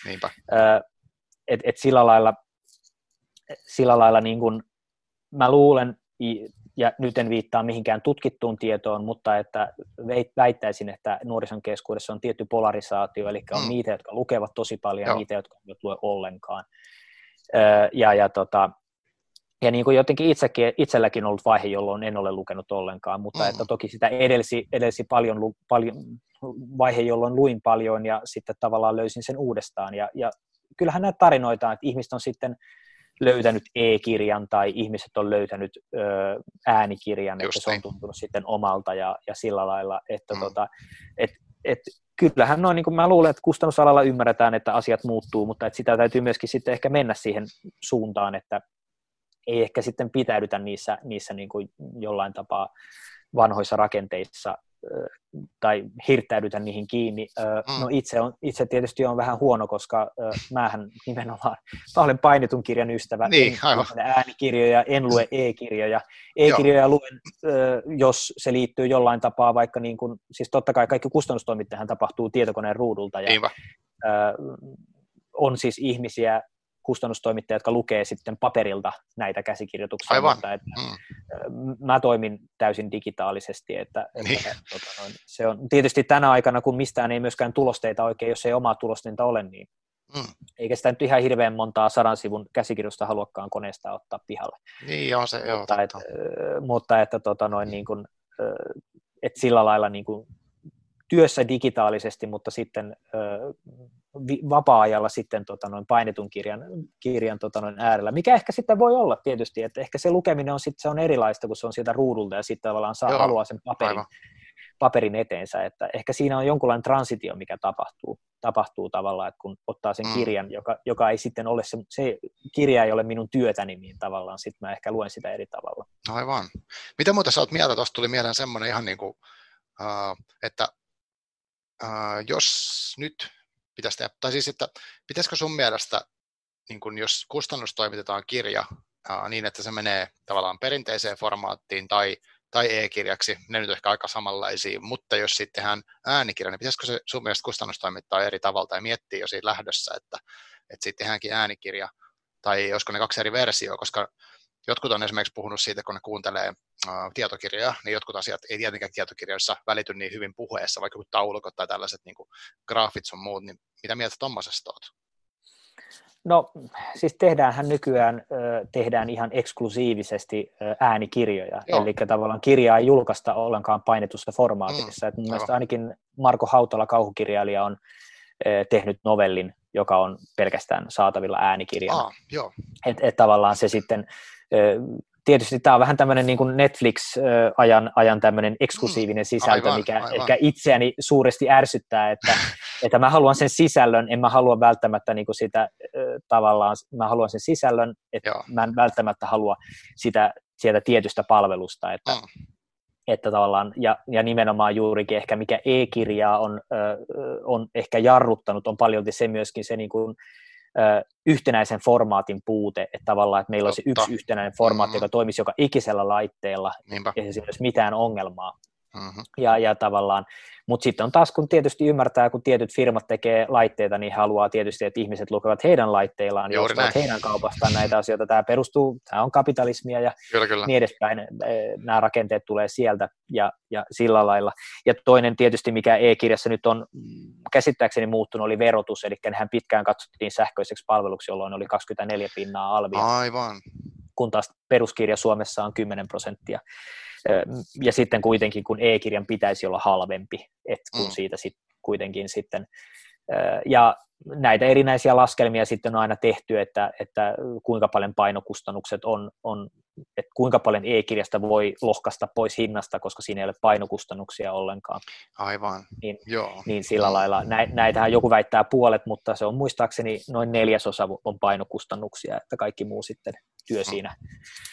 [SPEAKER 2] et, et sillä lailla, sillä lailla niin kuin mä luulen, ja nyt en viittaa mihinkään tutkittuun tietoon, mutta että väittäisin, että nuorison keskuudessa on tietty polarisaatio, eli on mm. niitä, jotka lukevat tosi paljon, ja Joo. niitä, jotka eivät lue ollenkaan. Ja, ja, tota, ja niin kuin jotenkin itsekin, itselläkin on ollut vaihe, jolloin en ole lukenut ollenkaan, mutta mm. että toki sitä edelsi, edelsi paljon, paljon, vaihe, jolloin luin paljon, ja sitten tavallaan löysin sen uudestaan. Ja, ja kyllähän näitä tarinoita, että ihmiset on sitten löytänyt e-kirjan tai ihmiset on löytänyt ö, äänikirjan, Just että niin. se on tuntunut sitten omalta ja, ja sillä lailla, että mm. tota, et, et, kyllähän noin, niin kuin mä luulen, että kustannusalalla ymmärretään, että asiat muuttuu, mutta että sitä täytyy myöskin sitten ehkä mennä siihen suuntaan, että ei ehkä sitten pitäydytä niissä, niissä niin kuin jollain tapaa vanhoissa rakenteissa tai hirttäydytä niihin kiinni. Mm. No itse, on, itse tietysti on vähän huono, koska mähän nimenomaan, mä olen painetun kirjan ystävä,
[SPEAKER 1] niin,
[SPEAKER 2] en lue äänikirjoja, en lue e-kirjoja. E-kirjoja Joo. luen, jos se liittyy jollain tapaa, vaikka niin kuin, siis totta kai kaikki kustannustoimittajahan tapahtuu tietokoneen ruudulta, ja äh, on siis ihmisiä, kustannustoimittajia, jotka lukee sitten paperilta näitä käsikirjoituksia.
[SPEAKER 1] Aivan.
[SPEAKER 2] Mutta että,
[SPEAKER 1] mm.
[SPEAKER 2] mä toimin täysin digitaalisesti. Että,
[SPEAKER 1] niin.
[SPEAKER 2] että, tota, noin, se on, tietysti tänä aikana, kun mistään ei myöskään tulosteita oikein, jos ei omaa tulostinta ole, niin mm. eikä sitä nyt ihan hirveän montaa sadan sivun käsikirjoista haluakaan koneesta ottaa pihalle.
[SPEAKER 1] Niin, joo, se, joo,
[SPEAKER 2] mutta, et, mutta että tota, noin, niin kuin, et sillä lailla niin kuin, työssä digitaalisesti, mutta sitten vapaa-ajalla sitten tota, noin painetun kirjan, kirjan tota, noin äärellä, mikä ehkä sitten voi olla tietysti, että ehkä se lukeminen on, sit, se on erilaista, kun se on sieltä ruudulta ja sitten tavallaan saa, haluaa sen paperin, paperin eteensä, että ehkä siinä on jonkunlainen transitio, mikä tapahtuu, tapahtuu tavallaan, että kun ottaa sen mm. kirjan, joka, joka ei sitten ole, se, se kirja ei ole minun työtäni, niin tavallaan sitten mä ehkä luen sitä eri tavalla.
[SPEAKER 1] Aivan. Mitä muuta sä oot mieltä? Tuosta tuli mieleen semmoinen ihan niin kuin, uh, että uh, jos nyt pitäisi tehdä, tai siis, että pitäisikö sun mielestä, niin kun jos kustannustoimitetaan kirja ää, niin, että se menee tavallaan perinteiseen formaattiin tai, tai e-kirjaksi, ne nyt ehkä aika samanlaisia, mutta jos sitten tehdään äänikirja, niin pitäisikö se sun mielestä kustannustoimittaa eri tavalla tai miettiä jo siinä lähdössä, että, että sitten tehdäänkin äänikirja, tai olisiko ne kaksi eri versioa, koska jotkut on esimerkiksi puhunut siitä, kun ne kuuntelee ää, tietokirjaa, niin jotkut asiat ei tietenkään tietokirjoissa välity niin hyvin puheessa, vaikka taulukot tai tällaiset niin kuin graafit sun muut, niin mitä mieltä tommosesta oot?
[SPEAKER 2] No siis tehdäänhän nykyään tehdään ihan eksklusiivisesti äänikirjoja, Joo. eli tavallaan kirjaa ei julkaista ollenkaan painetussa formaatissa. Mm, mun mielestä ainakin Marko Hautala, kauhukirjailija, on tehnyt novellin, joka on pelkästään saatavilla äänikirjana.
[SPEAKER 1] Ah, joo.
[SPEAKER 2] Et, et tavallaan se sitten, tietysti tämä on vähän tämmöinen niin kuin Netflix-ajan ajan tämmöinen eksklusiivinen sisältö, aivan, mikä aivan. Ehkä itseäni suuresti ärsyttää, että, että mä haluan sen sisällön, en mä halua välttämättä niin kuin sitä tavallaan, mä haluan sen sisällön, että joo. Mä en välttämättä halua sitä sieltä tietystä palvelusta, että mm. Että tavallaan, ja, ja nimenomaan juurikin ehkä mikä e-kirjaa on, ö, on ehkä jarruttanut, on paljolti se myöskin se niin kuin, ö, yhtenäisen formaatin puute, että tavallaan, että meillä olisi yksi yhtenäinen formaatti, mm-hmm. joka toimisi joka ikisellä laitteella, Niinpä. Ei se olisi mitään ongelmaa. Mm-hmm. Ja, ja tavallaan, mutta sitten on taas, kun tietysti ymmärtää, kun tietyt firmat tekee laitteita, niin haluaa tietysti, että ihmiset lukevat heidän laitteillaan ja ostavat heidän kaupastaan näitä asioita. Tämä perustuu, tämä on kapitalismia ja kyllä, kyllä. Niin edespäin. Nämä rakenteet tulee sieltä ja, ja sillä lailla. Ja toinen tietysti, mikä e-kirjassa nyt on käsittääkseni muuttunut, oli verotus, eli nehän pitkään katsottiin sähköiseksi palveluksi, jolloin oli kaksikymmentäneljä pinnaa alvia.
[SPEAKER 1] Aivan.
[SPEAKER 2] Kun taas peruskirja Suomessa on kymmenen prosenttia. Ja sitten kuitenkin, kun e-kirjan pitäisi olla halvempi, että kun mm. siitä sitten kuitenkin sitten, ja näitä erinäisiä laskelmia sitten on aina tehty, että, että kuinka paljon painokustannukset on, on, että kuinka paljon e-kirjasta voi lohkaista pois hinnasta, koska siinä ei ole painokustannuksia ollenkaan.
[SPEAKER 1] Aivan,
[SPEAKER 2] niin,
[SPEAKER 1] joo.
[SPEAKER 2] Niin sillä lailla, näitähän joku väittää puolet, mutta se on muistaakseni noin neljäsosa on painokustannuksia, että kaikki muu sitten työ siinä. Mm.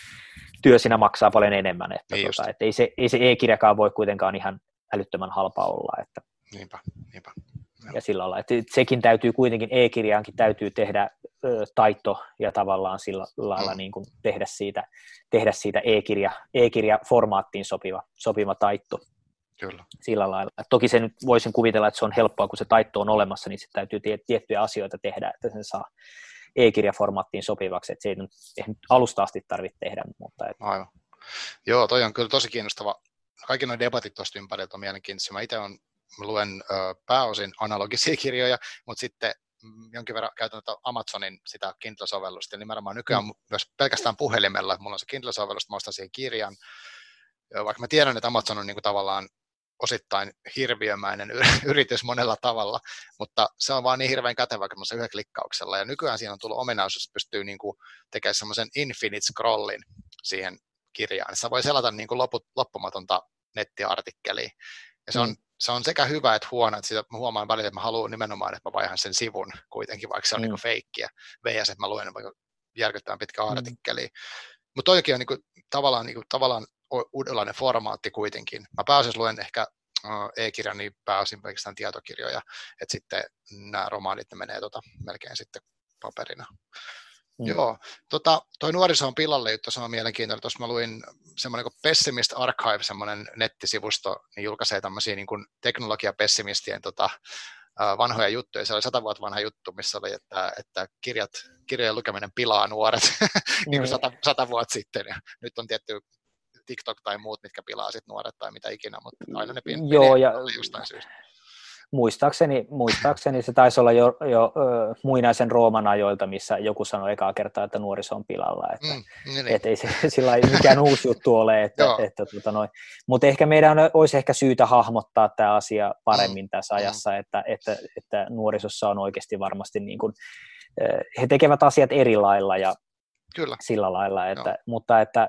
[SPEAKER 2] työ siinä maksaa paljon enemmän, että, niin tota, että ei, se, ei se e-kirjakaan voi kuitenkaan ihan älyttömän halpa olla. Että,
[SPEAKER 1] niinpä, niinpä.
[SPEAKER 2] Ja sillä lailla, että sekin täytyy kuitenkin, e-kirjaankin täytyy tehdä ö, taito ja tavallaan sillä lailla mm. niin kuin tehdä siitä, tehdä siitä e-kirja, e-kirjaformaattiin sopiva, sopiva taitto.
[SPEAKER 1] Kyllä.
[SPEAKER 2] Sillä lailla. Toki sen voisin kuvitella, että se on helppoa, kun se taitto on olemassa, niin se täytyy tiettyjä asioita tehdä, että sen saa e-kirjaformaattiin sopivaksi, että se ei nyt, ei nyt alusta asti tarvitse tehdä. Mutta et...
[SPEAKER 1] Aivan. Joo, toi on kyllä tosi kiinnostava. Kaikki nuo debatit tuosta ympäriltä on mielenkiintoisia. Mä itse on, mä luen ö, pääosin analogisia kirjoja, mutta sitten jonkin verran käytän Amazonin sitä Kindle-sovellusta, ja nimenomaan nykyään mm. myös pelkästään puhelimella, mulla on se Kindle-sovellus, mä ostan siihen kirjan, vaikka mä tiedän, että Amazon on niin kuin tavallaan osittain hirviömäinen yritys monella tavalla, mutta se on vaan niin hirveän kätevä kuin yhden klikkauksella, ja nykyään siinä on tullut ominaisuus, että pystyy niin kuin tekemään semmoisen infinite scrollin siihen kirjaan. Se voi selata niin kuin loput, loppumatonta nettiartikkelia, ja se on, mm. se on sekä hyvä että huono, että sitä mä huomaan välillä, että mä haluan nimenomaan, että mä vaihan sen sivun kuitenkin, vaikka se on mm. niin kuin feikkiä, veijäs, että mä luen vaikka järkyttävän pitkä mm. artikkeli. Mutta toikin on niin kuin, tavallaan, niin kuin, tavallaan uudenlainen formaatti kuitenkin. Mä pääasiassa luen ehkä e-kirjan, niin pääosin pelkästään tietokirjoja, että sitten nämä romaanit ne menee tota, melkein sitten paperina. Mm. Joo, tota, toi Nuoriso on pilalle juttu, se on mielenkiintoinen. Tuossa mä luin semmoinen kuin Pessimist Archive, semmoinen nettisivusto, niin julkaisee tämmöisiä niin kuin teknologiapessimistien tota, vanhoja juttuja. Se oli sata vuotta vanha juttu, missä oli, että, että kirjat, kirjojen lukeminen pilaa nuoret niin kuin sata, sata vuotta sitten. Ja nyt on tietty TikTok tai muut, mitkä pilaa sit nuoret tai mitä ikinä, mutta aina ne pin-
[SPEAKER 2] Joo, ja
[SPEAKER 1] jostain syystä.
[SPEAKER 2] Muistaakseni, muistaakseni se taisi olla jo, jo ö, muinaisen Rooman ajoilta, missä joku sanoi ekaa kertaa, että nuoriso on pilalla. Että, mm, niin. Et ei se sillä mikään uusi juttu ole. Että, että, tota noin. Mutta ehkä meidän olisi ehkä syytä hahmottaa tämä asia paremmin mm, tässä ajassa, mm. että, että, että nuorisossa on oikeasti varmasti, niin kuin, he tekevät asiat eri lailla ja Kyllä. sillä lailla. Että, mutta että,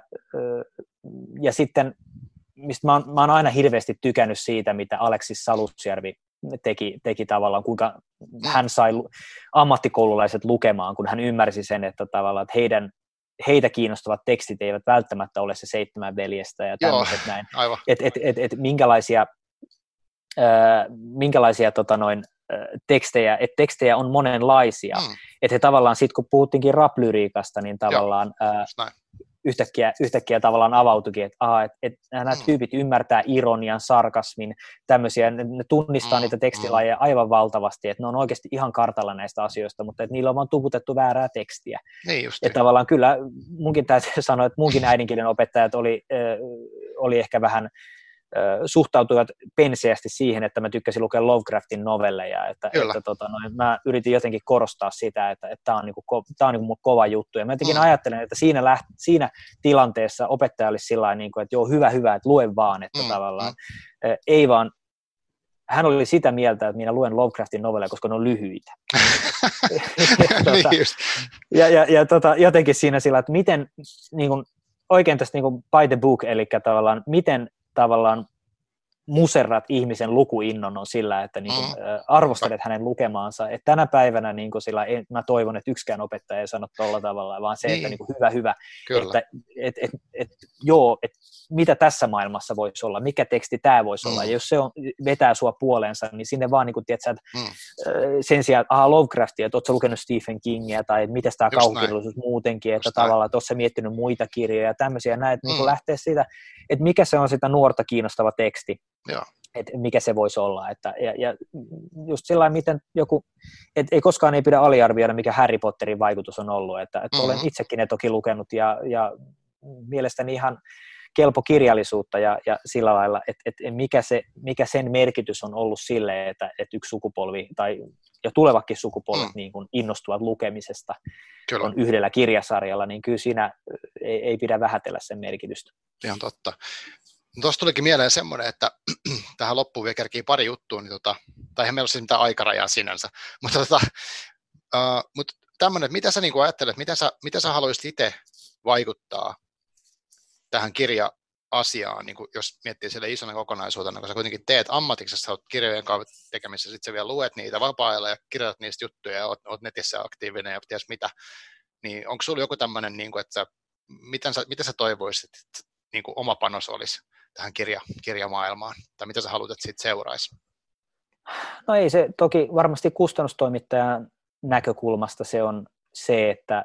[SPEAKER 2] ja sitten, mistä mä oon, mä oon aina hirveästi tykännyt siitä, mitä Aleksis Salusjärvi teki, teki tavallaan, kuinka hän sai ammattikoululaiset lukemaan, kun hän ymmärsi sen, että tavallaan, että heidän, heitä kiinnostavat tekstit eivät välttämättä ole se seitsemän veljestä ja tämmöiset näin. Että et, et, et, minkälaisia, äh, minkälaisia tota noin, äh, tekstejä, että tekstejä on monenlaisia. Mm. Että he tavallaan, sit kun puhuttiinkin rap-lyriikasta, niin tavallaan äh, Yhtäkkiä, yhtäkkiä tavallaan avautuikin, että, aha, että, että nämä mm. tyypit ymmärtää ironian, sarkasmin, tämmöisiä, ne, ne tunnistaa mm. niitä tekstilajeja aivan valtavasti, että ne on oikeasti ihan kartalla näistä asioista, mutta että niillä on vaan tuputettu väärää tekstiä.
[SPEAKER 1] Niin
[SPEAKER 2] että tavallaan kyllä munkin täytyy sanoa, että munkin äidinkielen opettajat oli, äh, oli ehkä vähän suhtautuivat penseästi siihen, että mä tykkäsin lukea Lovecraftin novelleja, että, että tota, no, mä yritin jotenkin korostaa sitä, että tämä on, niinku, tää on niinku kova juttu, ja mä jotenkin mm. ajattelen, että siinä, läht, siinä tilanteessa opettaja olisi sillain, niinku, että joo, hyvä, hyvä, että lue vaan, että mm. tavallaan mm. ei vaan hän oli sitä mieltä, että minä luen Lovecraftin novelleja, koska ne on lyhyitä. tota,
[SPEAKER 1] niin
[SPEAKER 2] ja ja, ja tota, jotenkin siinä sillä, että miten niin kuin, oikein tästä niin kuin by the book, eli tavallaan miten tavallaan muserrat ihmisen lukuinnon on sillä, että niin kuin, mm. arvostelet hänen lukemaansa. Et tänä päivänä niin kuin sillä, en, mä toivon, että yksikään opettaja ei sano tuolla tavalla, vaan se, niin. että niin kuin, hyvä, hyvä, Kyllä. että et, et, et, joo, et, mitä tässä maailmassa voisi olla, mikä teksti tämä voisi mm. olla, ja jos se on, vetää sua puoleensa, niin sinne vaan niin kuin, tiedät, että mm. sen sijaan, että aha, Lovecraftia, että ootko lukenut Stephen Kingia, tai miten tämä kauhukirjallisuus muutenkin, että Just tavallaan, että ootko miettinyt muita kirjoja ja tämmöisiä, näin, että mm. niin kuin lähtee siitä, että mikä se on sitä nuorta kiinnostava teksti.
[SPEAKER 1] Joo.
[SPEAKER 2] Että mikä se voisi olla. Että, ja, ja just sillä miten joku, että ei koskaan ei pidä aliarvioida, mikä Harry Potterin vaikutus on ollut. Että, että mm-hmm. olen itsekin ne toki lukenut ja, ja mielestäni ihan kelpo kirjallisuutta ja, ja sillä lailla, että, että mikä, se, mikä sen merkitys on ollut sille, että, että yksi sukupolvi tai jo tulevakin sukupolvet mm. niin kuin innostuvat lukemisesta kyllä. on yhdellä kirjasarjalla, niin kyllä siinä ei, ei pidä vähätellä sen merkitystä.
[SPEAKER 1] Ihan totta. Tuosta tulikin mieleen semmoinen, että tähän loppuun vielä kerkii pari juttua, niin tota, tai eihän meillä ole siis mitään aikarajaa sinänsä, mutta, tota, uh, mutta tämmöinen, että mitä sä niin ajattelet, mitä sä, mitä sä haluaisit itse vaikuttaa tähän kirja-asiaan, niin kuin jos miettii sille isona kokonaisuutena, kun sä kuitenkin teet ammatiksessa, sä oot kirjojen kanssa tekemissä, sitten sä vielä luet niitä vapaa-ajalla ja kirjoitat niistä juttuja ja oot, oot netissä aktiivinen ja ties mitä, niin onko sulla joku tämmöinen, niin kuin, että sä, miten, sä, mitä sä toivoisit, että niin kuin oma panos olisi tähän kirja, kirjamaailmaan, tai mitä sä haluat, että siitä seuraisi?
[SPEAKER 2] No ei se, toki varmasti kustannustoimittajan näkökulmasta se on se, että,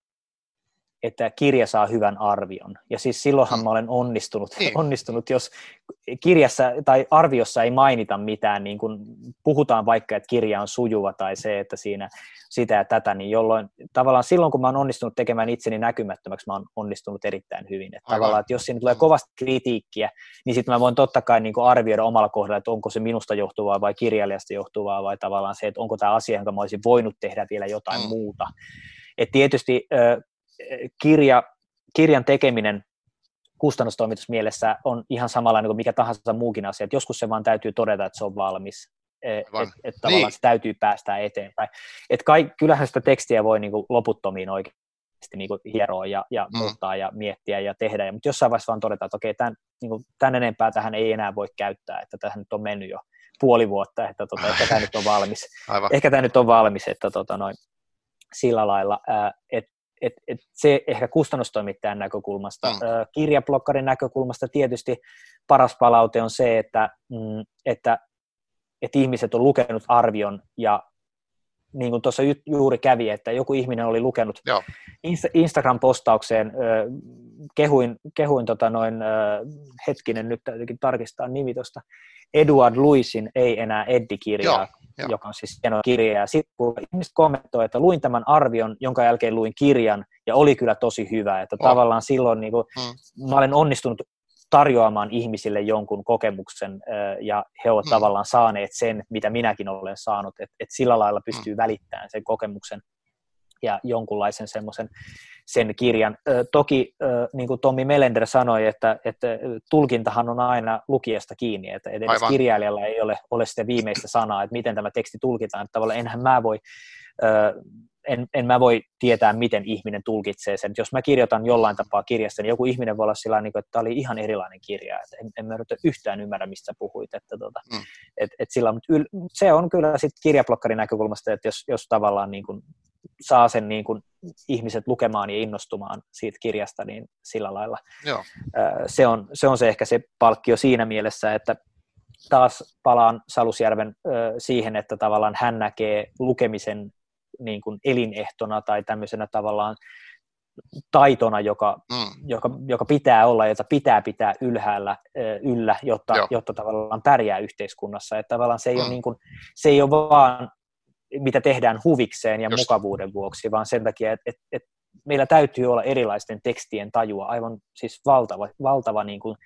[SPEAKER 2] että kirja saa hyvän arvion. Ja siis silloinhan mm. mä olen onnistunut, niin. onnistunut, jos kirjassa tai arviossa ei mainita mitään, niin kun puhutaan vaikka, että kirja on sujuva tai se, että siinä sitä ja tätä, niin jolloin tavallaan silloin, kun mä oon onnistunut tekemään itseni näkymättömäksi, mä oon onnistunut erittäin hyvin. Että tavallaan, että jos siinä tulee kovasti kritiikkiä, niin sitten mä voin totta kai niin kuin arvioida omalla kohdalla, että onko se minusta johtuvaa vai kirjailijasta johtuvaa vai tavallaan se, että onko tämä asia, jonka mä olisin voinut tehdä vielä jotain mm. muuta. Et tietysti äh, kirja, kirjan tekeminen kustannustoimitusmielessä on ihan samanlainen kuin mikä tahansa muukin asia, että joskus se vaan täytyy todeta, että se on valmis. Että et tavallaan niin. se täytyy päästää eteenpäin. Et kai, kyllähän sitä tekstiä voi niinku loputtomiin oikeasti niinku hieroa ja, ja mm. muuttaa ja miettiä ja tehdä, mutta jossain vaiheessa vaan todetaan, että okei, tämän, niinku, tämän enempää tähän ei enää voi käyttää, että tähän nyt on mennyt jo puoli vuotta, että tota, ehkä tämä nyt on valmis. Aivan. Ehkä tämä nyt on valmis, että tota, noin, sillä lailla, että et, et se ehkä kustannustoimittajan näkökulmasta. Mm. Kirjablokkarin näkökulmasta tietysti paras palaute on se, että, mm, että että ihmiset on lukenut arvion ja niin kuin tuossa juuri kävi, että joku ihminen oli lukenut Joo. Instagram-postaukseen, kehuin, kehuin tota noin, hetkinen, nyt täytyykin tarkistaa nimi tuosta, Edward Lewisin Ei enää Eddie-kirjaa, Joo. joka on siis hieno kirja, ja sitten kun ihmiset kommentoivat, että luin tämän arvion, jonka jälkeen luin kirjan, ja oli kyllä tosi hyvä, että oh. tavallaan silloin niin kuin, mm. mä olen onnistunut tarjoamaan ihmisille jonkun kokemuksen, ja he ovat mm. tavallaan saaneet sen, mitä minäkin olen saanut, että et sillä lailla pystyy mm. välittämään sen kokemuksen ja jonkunlaisen semmoisen sen kirjan. Toki, niin kuin Tommi Melender sanoi, että, että tulkintahan on aina lukijasta kiinni, että edes Aivan. kirjailijalla ei ole, ole sitä viimeistä sanaa, että miten tämä teksti tulkitaan, että tavallaan enhän mä voi En, en mä voi tietää, miten ihminen tulkitsee sen. Jos mä kirjoitan jollain tapaa kirjasta, niin joku ihminen voi olla sillä tavalla, että tämä oli ihan erilainen kirja. Että en, en mä yhtään ymmärrä, mistä sä puhuit. Että tota, mm. et, et sillä, mutta yl, se on kyllä sitten kirjablokkarin näkökulmasta, että jos, jos tavallaan niin kun saa sen niin kun ihmiset lukemaan ja innostumaan siitä kirjasta, niin sillä lailla Joo. Se, on, se on se ehkä se palkkio siinä mielessä, että taas palaan Salusjärven siihen, että tavallaan hän näkee lukemisen niin kuin elinehtona tai tämmöisenä tavallaan taitona, joka, mm. joka, joka pitää olla, jota pitää pitää ylhäällä yllä, jotta, jotta tavallaan pärjää yhteiskunnassa. Että tavallaan se ei, mm. ole, niin kuin, se ei ole vaan, mitä tehdään huvikseen ja Just. mukavuuden vuoksi, vaan sen takia, että, että, että meillä täytyy olla erilaisten tekstien tajua, aivan siis valtava, valtava niin kuin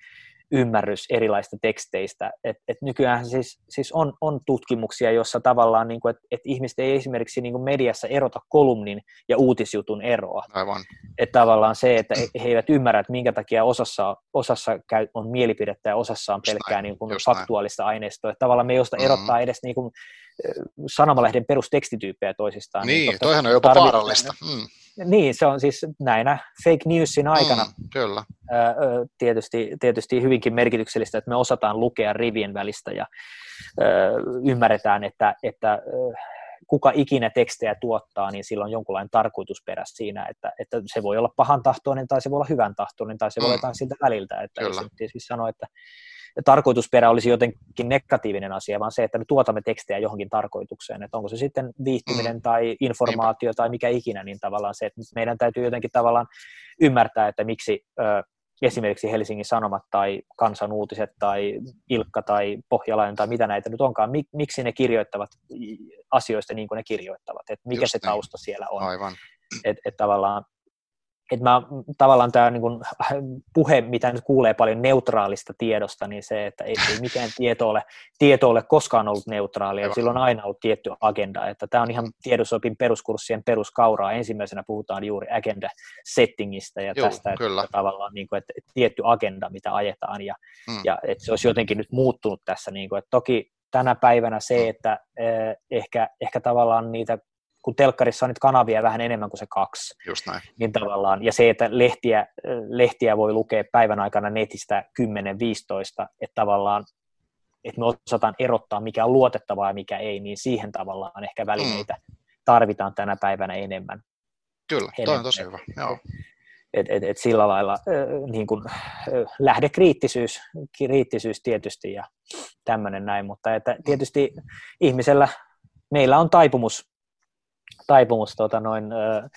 [SPEAKER 2] ymmärrys erilaisista teksteistä. Et, et nykyään siis, siis on, on tutkimuksia, joissa tavallaan, niin kuin, että et ihmiset ei esimerkiksi niin kuin mediassa erota kolumnin ja uutisjutun eroa.
[SPEAKER 1] Aivan.
[SPEAKER 2] Että tavallaan se, että he eivät ymmärrä, että minkä takia osassa, osassa on mielipidettä ja osassa on pelkkää niin kuin faktuaalista näin. aineistoa. Että tavallaan me ei osta erottaa mm-hmm. edes niin kuin sanomalehden perustekstityyppejä toisistaan.
[SPEAKER 1] Niin, niin toihan on jopa tarvitse... vaarallista. Mm.
[SPEAKER 2] Niin, se on siis näinä fake newsin aikana
[SPEAKER 1] mm, kyllä.
[SPEAKER 2] Ää, tietysti, tietysti hyvinkin merkityksellistä, että me osataan lukea rivien välistä ja ää, ymmärretään, että, että ää, kuka ikinä tekstejä tuottaa, niin sillä on jonkunlainen tarkoitusperä siinä, että, että se voi olla pahan tahtoinen tai se voi olla hyvän tahtoinen tai se voi olla jotain siltä väliltä. Että ei se tietysti sano, että tarkoitusperä olisi jotenkin negatiivinen asia, vaan se, että me tuotamme tekstejä johonkin tarkoitukseen, että onko se sitten viihtyminen mm. tai informaatio tai mikä ikinä, niin tavallaan se, että meidän täytyy jotenkin tavallaan ymmärtää, että miksi ö, esimerkiksi Helsingin Sanomat tai Kansan Uutiset tai Ilkka tai Pohjalainen tai mitä näitä nyt onkaan, mik, miksi ne kirjoittavat asioista niin kuin ne kirjoittavat, että mikä Just se tausta niin. siellä on.
[SPEAKER 1] Aivan.
[SPEAKER 2] Että et tavallaan että mä, tavallaan tämä niin kun, puhe, mitä nyt kuulee paljon neutraalista tiedosta, niin se, että ei, ei mikään tieto ole, tieto ole koskaan ollut neutraalia, sillä on aina ollut tietty agenda, että tämä on ihan tiedosopin peruskurssien peruskauraa, ensimmäisenä puhutaan juuri agenda-settingistä ja Joo, tästä, että, että tavallaan niin kuin, että tietty agenda, mitä ajetaan, ja, mm. ja että se olisi jotenkin nyt muuttunut tässä, niin kuin, että toki tänä päivänä se, että eh, ehkä, ehkä tavallaan niitä kun telkkarissa on nyt kanavia vähän enemmän kuin se kaksi.
[SPEAKER 1] Just näin.
[SPEAKER 2] Niin tavallaan, ja se, että lehtiä, lehtiä voi lukea päivän aikana netistä kymmenen viisitoista, että tavallaan, että me osataan erottaa, mikä on luotettavaa ja mikä ei, niin siihen tavallaan ehkä välineitä mm. tarvitaan tänä päivänä enemmän.
[SPEAKER 1] Kyllä, toi on tosi hyvä. Joo.
[SPEAKER 2] Et, et, et sillä lailla äh, niin kun, äh, lähdekriittisyys kriittisyys tietysti ja tämmöinen näin, mutta että tietysti ihmisellä, meillä on taipumus taipumus tota noin, ö, ö,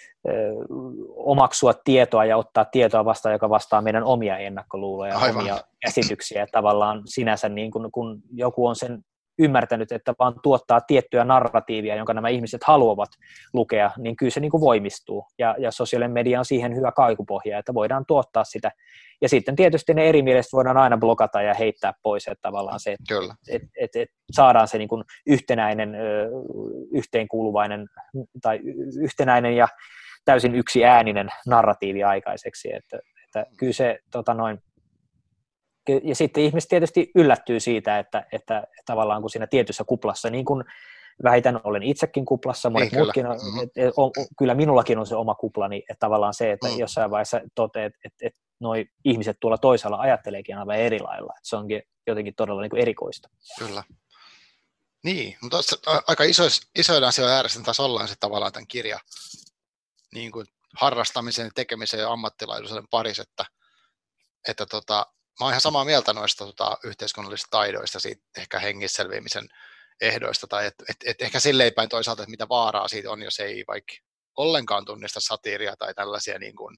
[SPEAKER 2] omaksua tietoa ja ottaa tietoa vastaan, joka vastaa meidän omia ennakkoluuloja ja Aivan. omia käsityksiä. Ja tavallaan sinänsä, niin kun, kun joku on sen ymmärtänyt, että vaan tuottaa tiettyä narratiivia, jonka nämä ihmiset haluavat lukea, niin kyllä se niin kuin voimistuu. Ja, ja sosiaalinen media on siihen hyvä kaikupohja, että voidaan tuottaa sitä. Ja sitten tietysti ne erimieliset voidaan aina blokata ja heittää pois, että tavallaan se, että et, et, et saadaan se niin kuin yhtenäinen, ö, yhteenkuuluvainen tai yhtenäinen ja täysin yksiääninen narratiivi aikaiseksi. Että, että kyllä se tota noin, ja sitten ihmiset tietysti yllättyy siitä, että, että tavallaan kun siinä tietyssä kuplassa, niin kuin vähitän olen itsekin kuplassa, monet niin, muutkin, kyllä. Mm-hmm. Et, et, on, kyllä minullakin on se oma kuplani, että tavallaan se, että mm. jossain vaiheessa toteat, että, että noi ihmiset tuolla toisella ajatteleekin aivan eri lailla, että se onkin jotenkin todella niin kuin erikoista.
[SPEAKER 1] Kyllä. Niin, mutta aika isois, isoilla asioilla ääressä taas ollaan se tavallaan tämän kirjan niin kuin harrastamisen, tekemisen ja ammattilaisuuden parissa, että, että tota, mä oon ihan samaa mieltä noista tota, yhteiskunnallisista taidoista, siitä ehkä hengissä selviämisen ehdoista, tai että et, et ehkä silleen päin toisaalta, että mitä vaaraa siitä on, jos ei vaikka ollenkaan tunnista satiiria tai tällaisia, niin kuin,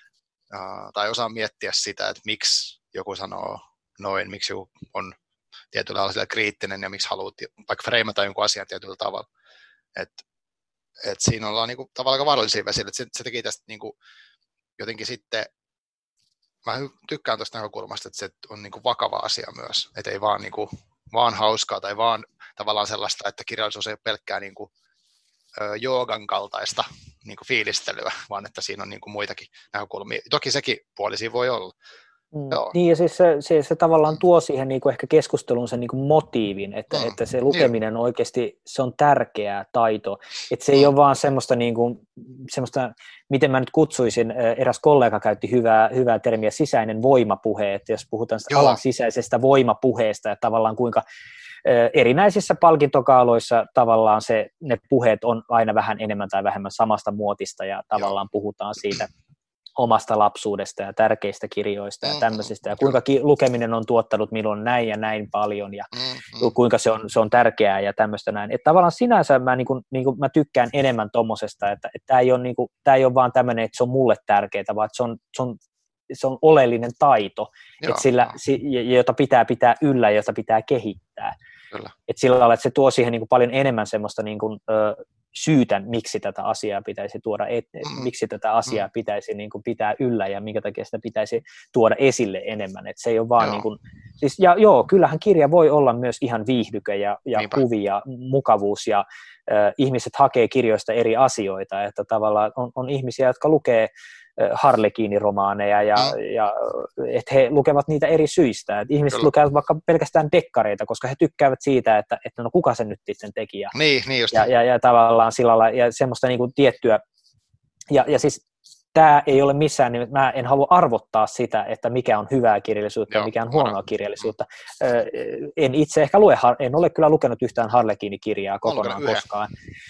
[SPEAKER 1] uh, tai osaa miettiä sitä, että miksi joku sanoo noin, miksi joku on tietyllä lailla kriittinen ja miksi haluat vaikka freimata jonkun asian tietyllä tavalla. Että et siinä ollaan niin kuin, tavallaan aika vaarallisia vesillä, että se, se teki tästä niin kuin, jotenkin sitten. Mä tykkään tuosta näkökulmasta, että se on niin kuin vakava asia myös, että ei vaan, niin kuin, vaan hauskaa tai vaan tavallaan sellaista, että kirjallisuus ei ole pelkkää niin kuin, ö, joogan kaltaista niin kuin fiilistelyä, vaan että siinä on niin kuin muitakin näkökulmia. Toki sekin puoli siinä voi olla.
[SPEAKER 2] Mm. Niin ja siis se, se, se tavallaan tuo siihen niin kuin ehkä keskusteluun sen niin kuin motiivin, että, mm. että se lukeminen on oikeasti, se on tärkeä taito, että se ei mm. ole vaan semmoista, niin kuin, semmoista, miten mä nyt kutsuisin, eräs kollega käytti hyvää, hyvää termiä, sisäinen voimapuhe, että jos puhutaan sitä alan sisäisestä voimapuheesta ja tavallaan kuinka erinäisissä palkintokaaloissa tavallaan se, ne puheet on aina vähän enemmän tai vähemmän samasta muotista ja tavallaan Joo. puhutaan siitä omasta lapsuudesta ja tärkeistä kirjoista ja tämmöisistä, ja kuinka ki- lukeminen on tuottanut minulle näin ja näin paljon, ja mm-hmm. kuinka se on, se on tärkeää ja tämmöistä näin. Että tavallaan sinänsä mä, niin kuin, niin kuin mä tykkään enemmän tommosesta, että tämä ei ole, niin kuin, tämä ei ole vaan tämmöinen, että se on mulle tärkeää, vaan että se on, se on, se on oleellinen taito, että sillä, jota pitää pitää yllä ja jota pitää kehittää. Kyllä. Että sillä lailla, että se tuo siihen niin kuin paljon enemmän semmoista niin kuin, ö, syytä, miksi tätä asiaa pitäisi tuoda, et,
[SPEAKER 1] mm.
[SPEAKER 2] miksi tätä asiaa mm. pitäisi niin kuin pitää yllä ja minkä takia sitä pitäisi tuoda esille enemmän. Et se ei ole vaan niin kuin, siis, ja joo, kyllähän kirja voi olla myös ihan viihdyke ja, ja kuvi ja mukavuus ja äh, ihmiset hakee kirjoista eri asioita, että tavallaan on, on ihmisiä, jotka lukee harlekiiniromaaneja ja, mm. ja että he lukevat niitä eri syistä. Et ihmiset Kyllä. lukevat vaikka pelkästään dekkareita, koska he tykkäävät siitä, että, että no kuka se nyt sitten teki. Ja,
[SPEAKER 1] niin, niin just.
[SPEAKER 2] Ja, ja, ja tavallaan sillä lailla, ja semmoista niin kuin tiettyä, ja, ja siis tämä ei ole missään, niin mä en halua arvottaa sitä, että mikä on hyvää kirjallisuutta Joo, ja mikä on huonoa no. kirjallisuutta. Mm. En itse ehkä lue, en ole kyllä lukenut yhtään harlekiinikirjaa kokonaan koskaan.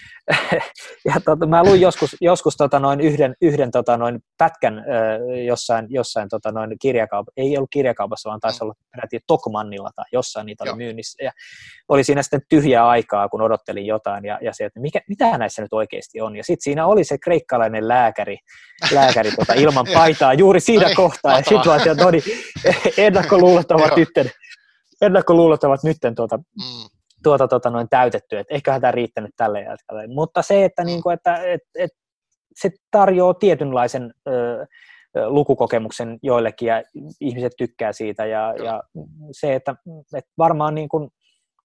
[SPEAKER 2] Ja tota, mä luin joskus, joskus tota noin yhden, yhden tota noin pätkän ö, jossain, jossain tota noin kirjakaupassa, ei ollut kirjakaupassa, vaan taisi mm. olla peräti Tokmannilla tai jossain niitä oli myynnissä. Ja oli siinä sitten tyhjää aikaa, kun odottelin jotain, ja, ja se, että mikä, mitä näissä nyt oikeasti on. Ja sitten siinä oli se kreikkalainen lääkäri, lääkäri tota, ilman paitaa juuri siinä Ai, kohtaa, ja sitten vaan, että no niin, ennakkoluulot ovat nytten, ennakkoluulot ovat nytten tuota, mm. tuota, tuota noin täytetty, että eiköhän tämä riittänyt tälle jatkalle. Mutta se, että, niin kuin, että et, et, se tarjoaa tietynlaisen ö, lukukokemuksen joillekin ja ihmiset tykkää siitä ja, ja se, että, että varmaan niin kuin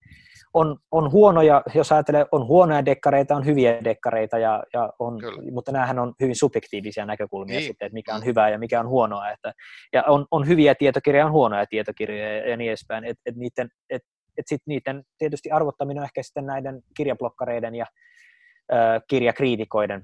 [SPEAKER 2] on, on huonoja, jos ajattelee, on huonoja dekkareita, on hyviä dekkareita, ja, ja on, mutta näähän on hyvin subjektiivisia näkökulmia niin. Sitten, että mikä on hyvää ja mikä on huonoa. Että, ja on, on hyviä tietokirjoja, on huonoja tietokirjoja ja, ja niin edespäin. Et, et niiden, et, et sit niiden tietysti arvottaminen on ehkä sitten näiden kirjablokkareiden ja ö, kirjakriitikoiden,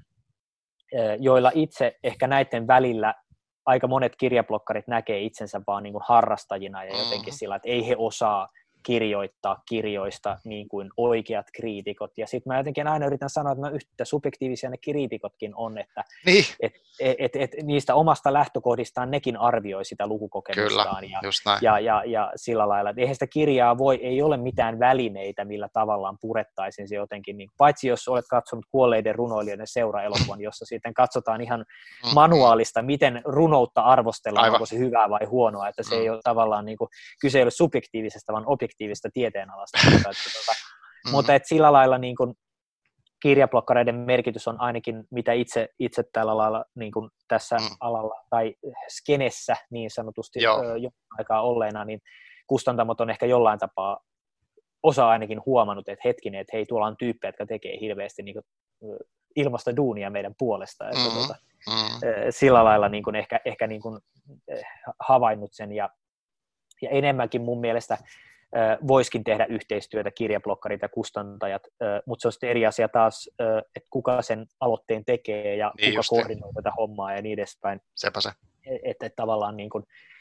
[SPEAKER 2] ö, joilla itse ehkä näiden välillä aika monet kirjablokkarit näkee itsensä vaan niin kuin harrastajina ja jotenkin sillä, että ei he osaa kirjoittaa kirjoista niin kuin oikeat kriitikot. Ja sitten mä jotenkin aina yritän sanoa, että no yhtä subjektiivisia ne kriitikotkin on, että
[SPEAKER 1] niin.
[SPEAKER 2] et, et, et, et niistä omasta lähtökohdistaan nekin arvioi sitä lukukokemustaan.
[SPEAKER 1] Kyllä,
[SPEAKER 2] ja, ja, ja, ja sillä lailla, että eihän sitä kirjaa voi, ei ole mitään välineitä, millä tavallaan purettaisiin se jotenkin, niin, paitsi jos olet katsonut Kuolleiden runoilijoiden seura-elokuvan, jossa sitten katsotaan ihan manuaalista, miten runoutta arvostellaan, Aivan. onko se hyvää vai huonoa, että se mm. ei ole tavallaan, niin kuin, kyse ei ole subjektiivisesta, vaan objektiivisesta tieteenalasta. Mutta, että, tuota, mm-hmm. mutta että sillä lailla niin kuin, kirjablokkareiden merkitys on ainakin, mitä itse, itse tällä lailla niin kuin tässä mm. alalla tai skenessä niin sanotusti jonkun aikaa olleena, niin kustantamot on ehkä jollain tapaa osa ainakin huomannut, että hetkinen, että hei, tuolla on tyyppejä, jotka tekee hirveästi niin kuin, ilmasta duunia meidän puolesta. Että, mm-hmm. tuota, mm-hmm. sillä lailla niin kuin, ehkä, ehkä niin kuin, havainnut sen ja, ja enemmänkin mun mielestä voisikin tehdä yhteistyötä kirjablokkarit ja kustantajat, mutta se on sitten eri asia taas, että kuka sen aloitteen tekee ja niin kuka koordinoi tätä hommaa ja niin edespäin.
[SPEAKER 1] Sepä se.
[SPEAKER 2] Että et tavallaan niin kuin,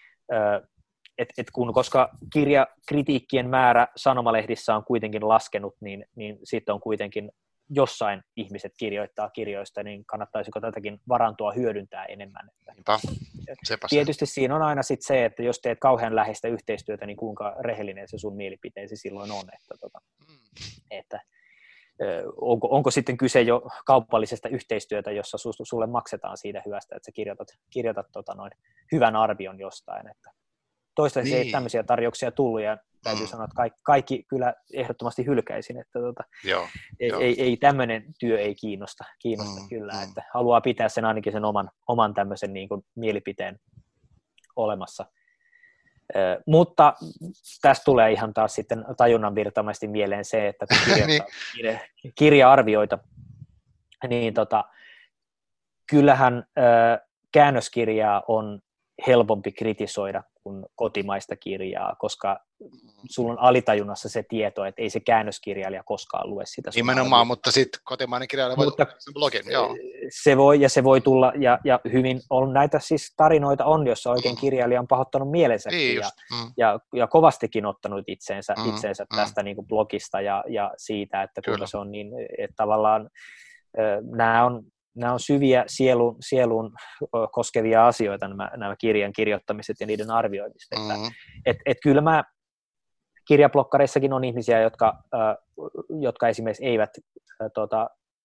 [SPEAKER 2] et, et kun, koska kirjakritiikkien määrä sanomalehdissä on kuitenkin laskenut, niin, niin sitten on kuitenkin jossain ihmiset kirjoittaa kirjoista, niin kannattaisiko tätäkin varantoa hyödyntää enemmän.
[SPEAKER 1] Niinpä. Sepä
[SPEAKER 2] Tietysti
[SPEAKER 1] se.
[SPEAKER 2] siinä on aina sit se, että jos teet kauhean läheistä yhteistyötä, niin kuinka rehellinen se sun mielipiteesi silloin on. Että, tota, mm. että, onko, onko sitten kyse jo kaupallisesta yhteistyötä, jossa su, sulle maksetaan siitä hyvästä, että sä kirjoitat, kirjoitat tota noin, hyvän arvion jostain. Että toistaiseksi niin. ei tämmöisiä tarjouksia tullut, ja täytyy mm. sanoa, että kaikki, kaikki kyllä ehdottomasti hylkäisin, että tota,
[SPEAKER 1] joo,
[SPEAKER 2] ei,
[SPEAKER 1] joo.
[SPEAKER 2] ei, ei tämmöinen työ ei kiinnosta, kiinnosta mm, kyllä, mm. että haluaa pitää sen ainakin sen oman, oman tämmöisen niin kuin mielipiteen olemassa. Ö, mutta tässä tulee ihan taas sitten tajunnan virtaamaisesti mieleen se, että kun kirjoittaa niin. kirja-arvioita, niin tota, kyllähän ö, käännöskirjaa on helpompi kritisoida kuin kotimaista kirjaa, koska sulla on alitajunnassa se tieto, että ei se käännöskirjailija koskaan lue sitä.
[SPEAKER 1] Nimenomaan, mutta sitten kotimainen kirjailija voi tulla sen blogin. Joo.
[SPEAKER 2] Se voi, ja se voi tulla, ja, ja hyvin on näitä siis tarinoita on, jossa oikein kirjailija on pahoittanut mielensäkin, niin ja, mm. ja, ja kovastikin ottanut itseensä, mm. itseensä mm. tästä niin kuin blogista ja, ja siitä, että kuinka Kyllä. se on niin, että tavallaan nämä on Nämä on syviä sielun, sieluun koskevia asioita, nämä, nämä kirjan kirjoittamiset ja niiden arvioimiset. Mm-hmm. Et, et kyllä mä kirjablokkareissakin on ihmisiä, jotka, äh, jotka esimerkiksi eivät äh, tota,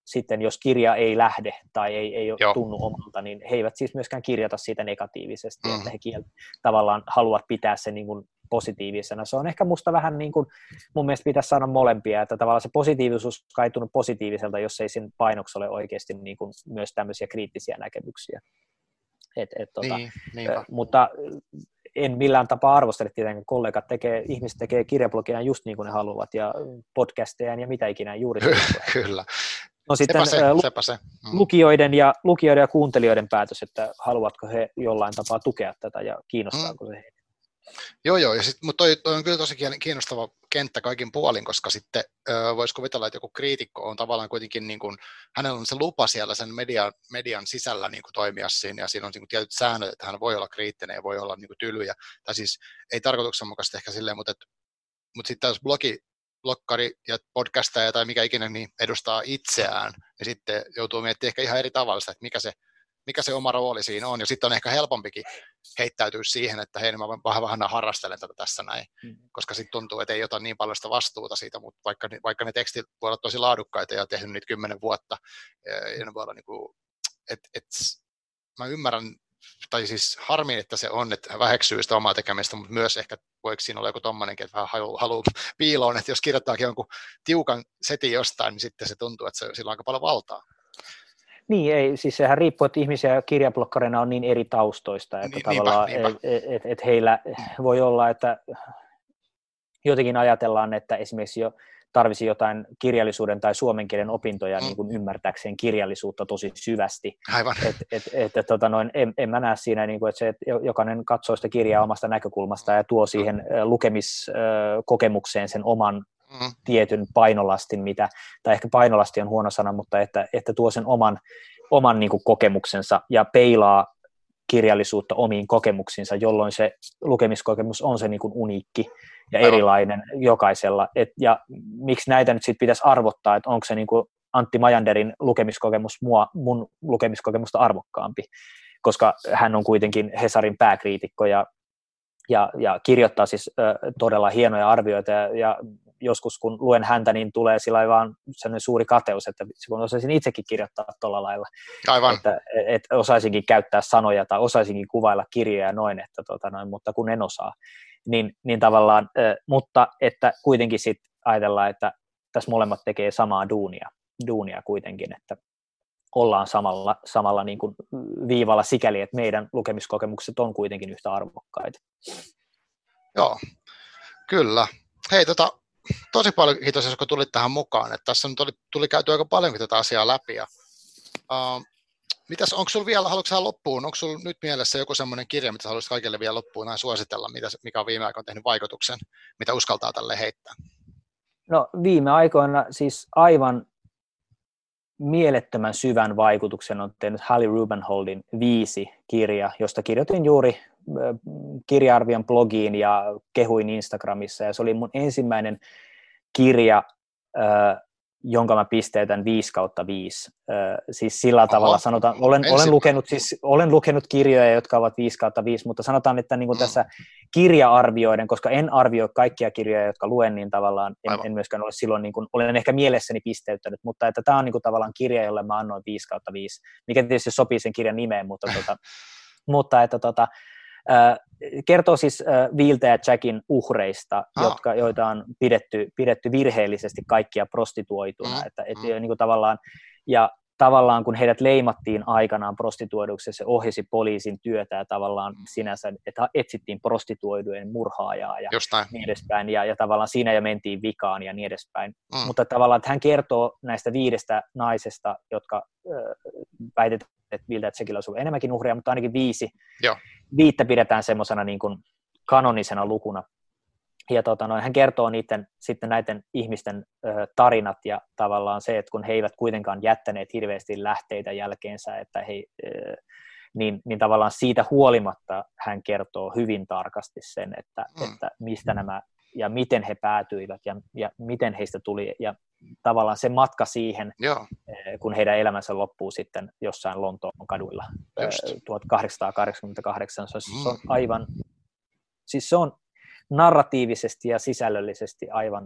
[SPEAKER 2] sitten jos kirja ei lähde tai ei, ei
[SPEAKER 1] Joo.
[SPEAKER 2] tunnu omalta, niin he eivät siis myöskään kirjoita siitä negatiivisesti,
[SPEAKER 1] mm.
[SPEAKER 2] että he kiel- tavallaan haluavat pitää sen niin kuin positiivisena. Se on ehkä musta vähän niin kuin, mun mielestä pitäisi saada molempia, että tavallaan se positiivisuus ei tunnu positiiviselta, jos ei sen painoksi ole oikeasti niin kuin myös tämmöisiä kriittisiä näkemyksiä. Et, et, tota,
[SPEAKER 1] niin,
[SPEAKER 2] mutta en millään tapaa arvostele tietenkään, kollegat tekee, ihmiset tekee kirjablogia just niin kuin ne haluavat ja podcasteja ja mitä ikinä juuri.
[SPEAKER 1] Kyllä.
[SPEAKER 2] No sitten
[SPEAKER 1] sepä se,
[SPEAKER 2] lu-
[SPEAKER 1] sepä se. Mm.
[SPEAKER 2] lukijoiden, ja, lukijoiden ja kuuntelijoiden päätös, että haluatko he jollain tapaa tukea tätä ja kiinnostaako mm. se heitä.
[SPEAKER 1] Joo, joo, ja sit, mutta toi, toi on kyllä tosi kiinnostava kenttä kaikin puolin, koska sitten ö, voisi kuvitella, että joku kriitikko on tavallaan kuitenkin, niin kuin, hänellä on se lupa siellä sen median, median sisällä niin kuin toimia siinä, ja siinä on niin kuin tietyt säännöt, että hän voi olla kriittinen ja voi olla niin kuin tylyjä, tai siis ei tarkoituksenmukaisesti ehkä silleen, mutta, et, mutta sitten jos blogi, blokkari ja podcastaja tai mikä ikinä niin edustaa itseään, niin sitten joutuu miettimään ehkä ihan eri tavalla sitä, että mikä se mikä se oma rooli siinä on, ja sitten on ehkä helpompikin heittäytyä siihen, että hei, mä vähän, vähän harrastelen tätä tässä näin, mm. koska sitten tuntuu, että ei ota niin paljon sitä vastuuta siitä, mutta vaikka, vaikka ne tekstit voi olla tosi laadukkaita ja tehnyt niitä kymmenen vuotta, ja ne voi olla niin kuin, että et, mä ymmärrän, tai siis harmi, että se on, että väheksyy sitä omaa tekemistä, mutta myös ehkä voiko siinä olla joku tommonenkin, että vähän haluaa halu piiloon, että jos kirjoittaakin jonkun tiukan setin jostain, niin sitten se tuntuu, että se, sillä on aika paljon valtaa.
[SPEAKER 2] Niin, ei, siis sehän riippuu, että ihmisiä kirjablokkareina on niin eri taustoista, että
[SPEAKER 1] niin,
[SPEAKER 2] tavallaan
[SPEAKER 1] niinpä,
[SPEAKER 2] niinpä. Et, et, et heillä voi olla, että jotenkin ajatellaan, että esimerkiksi jo tarvisi jotain kirjallisuuden tai suomen kielen opintoja mm. niin kuin ymmärtääkseen kirjallisuutta tosi syvästi.
[SPEAKER 1] Aivan.
[SPEAKER 2] Et, et, et, et, tota noin, en, en mä näe siinä, niin kuin, että, se, että jokainen katsoo sitä kirjaa omasta näkökulmasta ja tuo siihen mm. lukemiskokemukseen sen oman mm. tietyn painolastin, mitä, tai ehkä painolasti on huono sana, mutta että, että tuo sen oman, oman niin kuin kokemuksensa ja peilaa kirjallisuutta omiin kokemuksiinsa, jolloin se lukemiskokemus on se niin kuin uniikki ja Aivan. erilainen jokaisella. Et, ja miksi näitä nyt sitten pitäisi arvottaa, että onko se niin kuin Antti Majanderin lukemiskokemus mua, mun lukemiskokemusta arvokkaampi, koska hän on kuitenkin Hesarin pääkriitikko ja, ja, ja kirjoittaa siis ö, todella hienoja arvioita ja, ja joskus kun luen häntä, niin tulee sillä vaan sellainen suuri kateus, että kun osaisin itsekin kirjoittaa tuolla lailla,
[SPEAKER 1] Aivan.
[SPEAKER 2] Että, että osaisinkin käyttää sanoja tai osaisinkin kuvailla kirjoja noin, että tota noin, mutta kun en osaa, niin, niin tavallaan, mutta että kuitenkin sitten ajatellaan, että tässä molemmat tekee samaa duunia, duunia kuitenkin, että ollaan samalla, samalla niin kuin viivalla sikäli, että meidän lukemiskokemukset on kuitenkin yhtä arvokkaita.
[SPEAKER 1] Joo, kyllä. Hei, tota, tosi paljon kiitos, kun tulit tähän mukaan. Että tässä tuli, tuli käyty aika paljonkin tätä asiaa läpi. Ja, uh, mitäs, onko sulla vielä, haluatko sä loppuun, onko sulla nyt mielessä joku semmoinen kirja, mitä haluaisit kaikille vielä loppuun näin suositella, mitä, mikä on viime aikoina tehnyt vaikutuksen, mitä uskaltaa tälle heittää?
[SPEAKER 2] No viime aikoina siis aivan mielettömän syvän vaikutuksen on tehnyt Hallie Rubenholdin Viisi-kirja, josta kirjoitin juuri kirja-arvion blogiin ja kehuin Instagramissa, ja se oli mun ensimmäinen kirja, jonka mä pisteetän viisi kautta viisi. Siis sillä tavalla Oho. sanotaan, olen, olen, lukenut, siis, olen lukenut kirjoja, jotka ovat viisi kautta viisi, mutta sanotaan, että niin kuin mm. tässä kirja-arvioiden, koska en arvioi kaikkia kirjoja, jotka luen, niin tavallaan en, en myöskään ole silloin, niin kuin, olen ehkä mielessäni pisteyttänyt, mutta että tämä on niin kuin tavallaan kirja, jolle mä annoin viisi kautta viisi, mikä tietysti sopii sen kirjan nimeen, mutta, tota, mutta että tota, kertoo siis Viltä ja Jackin uhreista, ah. jotka, joita on pidetty, pidetty virheellisesti kaikkia prostituoituna. Mm. Että, et, mm. niin kuin tavallaan, ja tavallaan kun heidät leimattiin aikanaan prostituoiduksi, se ohjasi poliisin työtä ja tavallaan sinänsä, että etsittiin prostituoidujen murhaajaa ja Jostain. niin edespäin. Ja, ja tavallaan siinä jo mentiin vikaan ja niin edespäin. Mm. Mutta tavallaan, että hän kertoo näistä viidestä naisesta, jotka äh, väitetään, että Viltä ja Jackilla olisi ollut enemmänkin uhria, mutta ainakin viisi. Joo. Viittä pidetään semmoisena niin kuin kanonisena lukuna. Ja tota, no, hän kertoo niiden, sitten näiden ihmisten ö, tarinat ja tavallaan se, että kun he eivät kuitenkaan jättäneet hirveästi lähteitä jälkeensä, että he, ö, niin, niin tavallaan siitä huolimatta hän kertoo hyvin tarkasti sen, että, mm. että mistä nämä ja miten he päätyivät ja, ja miten heistä tuli ja tavallaan se matka siihen, Joo. kun heidän elämänsä loppuu sitten jossain Lontoon kaduilla Just. tuhatkahdeksansataakahdeksankymmentäkahdeksan. Se on, se on aivan, siis se on narratiivisesti ja sisällöllisesti aivan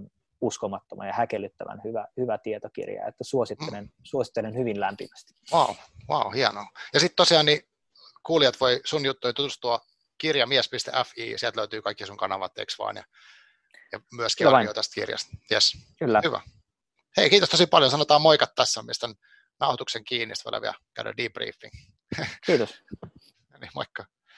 [SPEAKER 2] uskomattoman ja häkellyttävän hyvä, hyvä tietokirja, että suosittelen, mm. suosittelen hyvin lämpimästi.
[SPEAKER 1] Wow, wow, hienoa. Ja sitten tosiaan niin kuulijat voi sun juttuja tutustua kirjamies piste fi, sieltä löytyy kaikki sun kanavat, eikö vaan, ja, ja myöskin arvio tästä kirjasta. Yes.
[SPEAKER 2] Kyllä.
[SPEAKER 1] Hyvä. Hei, kiitos tosi paljon. Sanotaan moikat tässä, mistä nauhoituksen kiinni, sitten voidaan vielä käydä debriefing.
[SPEAKER 2] Kiitos.
[SPEAKER 1] Eli moikka.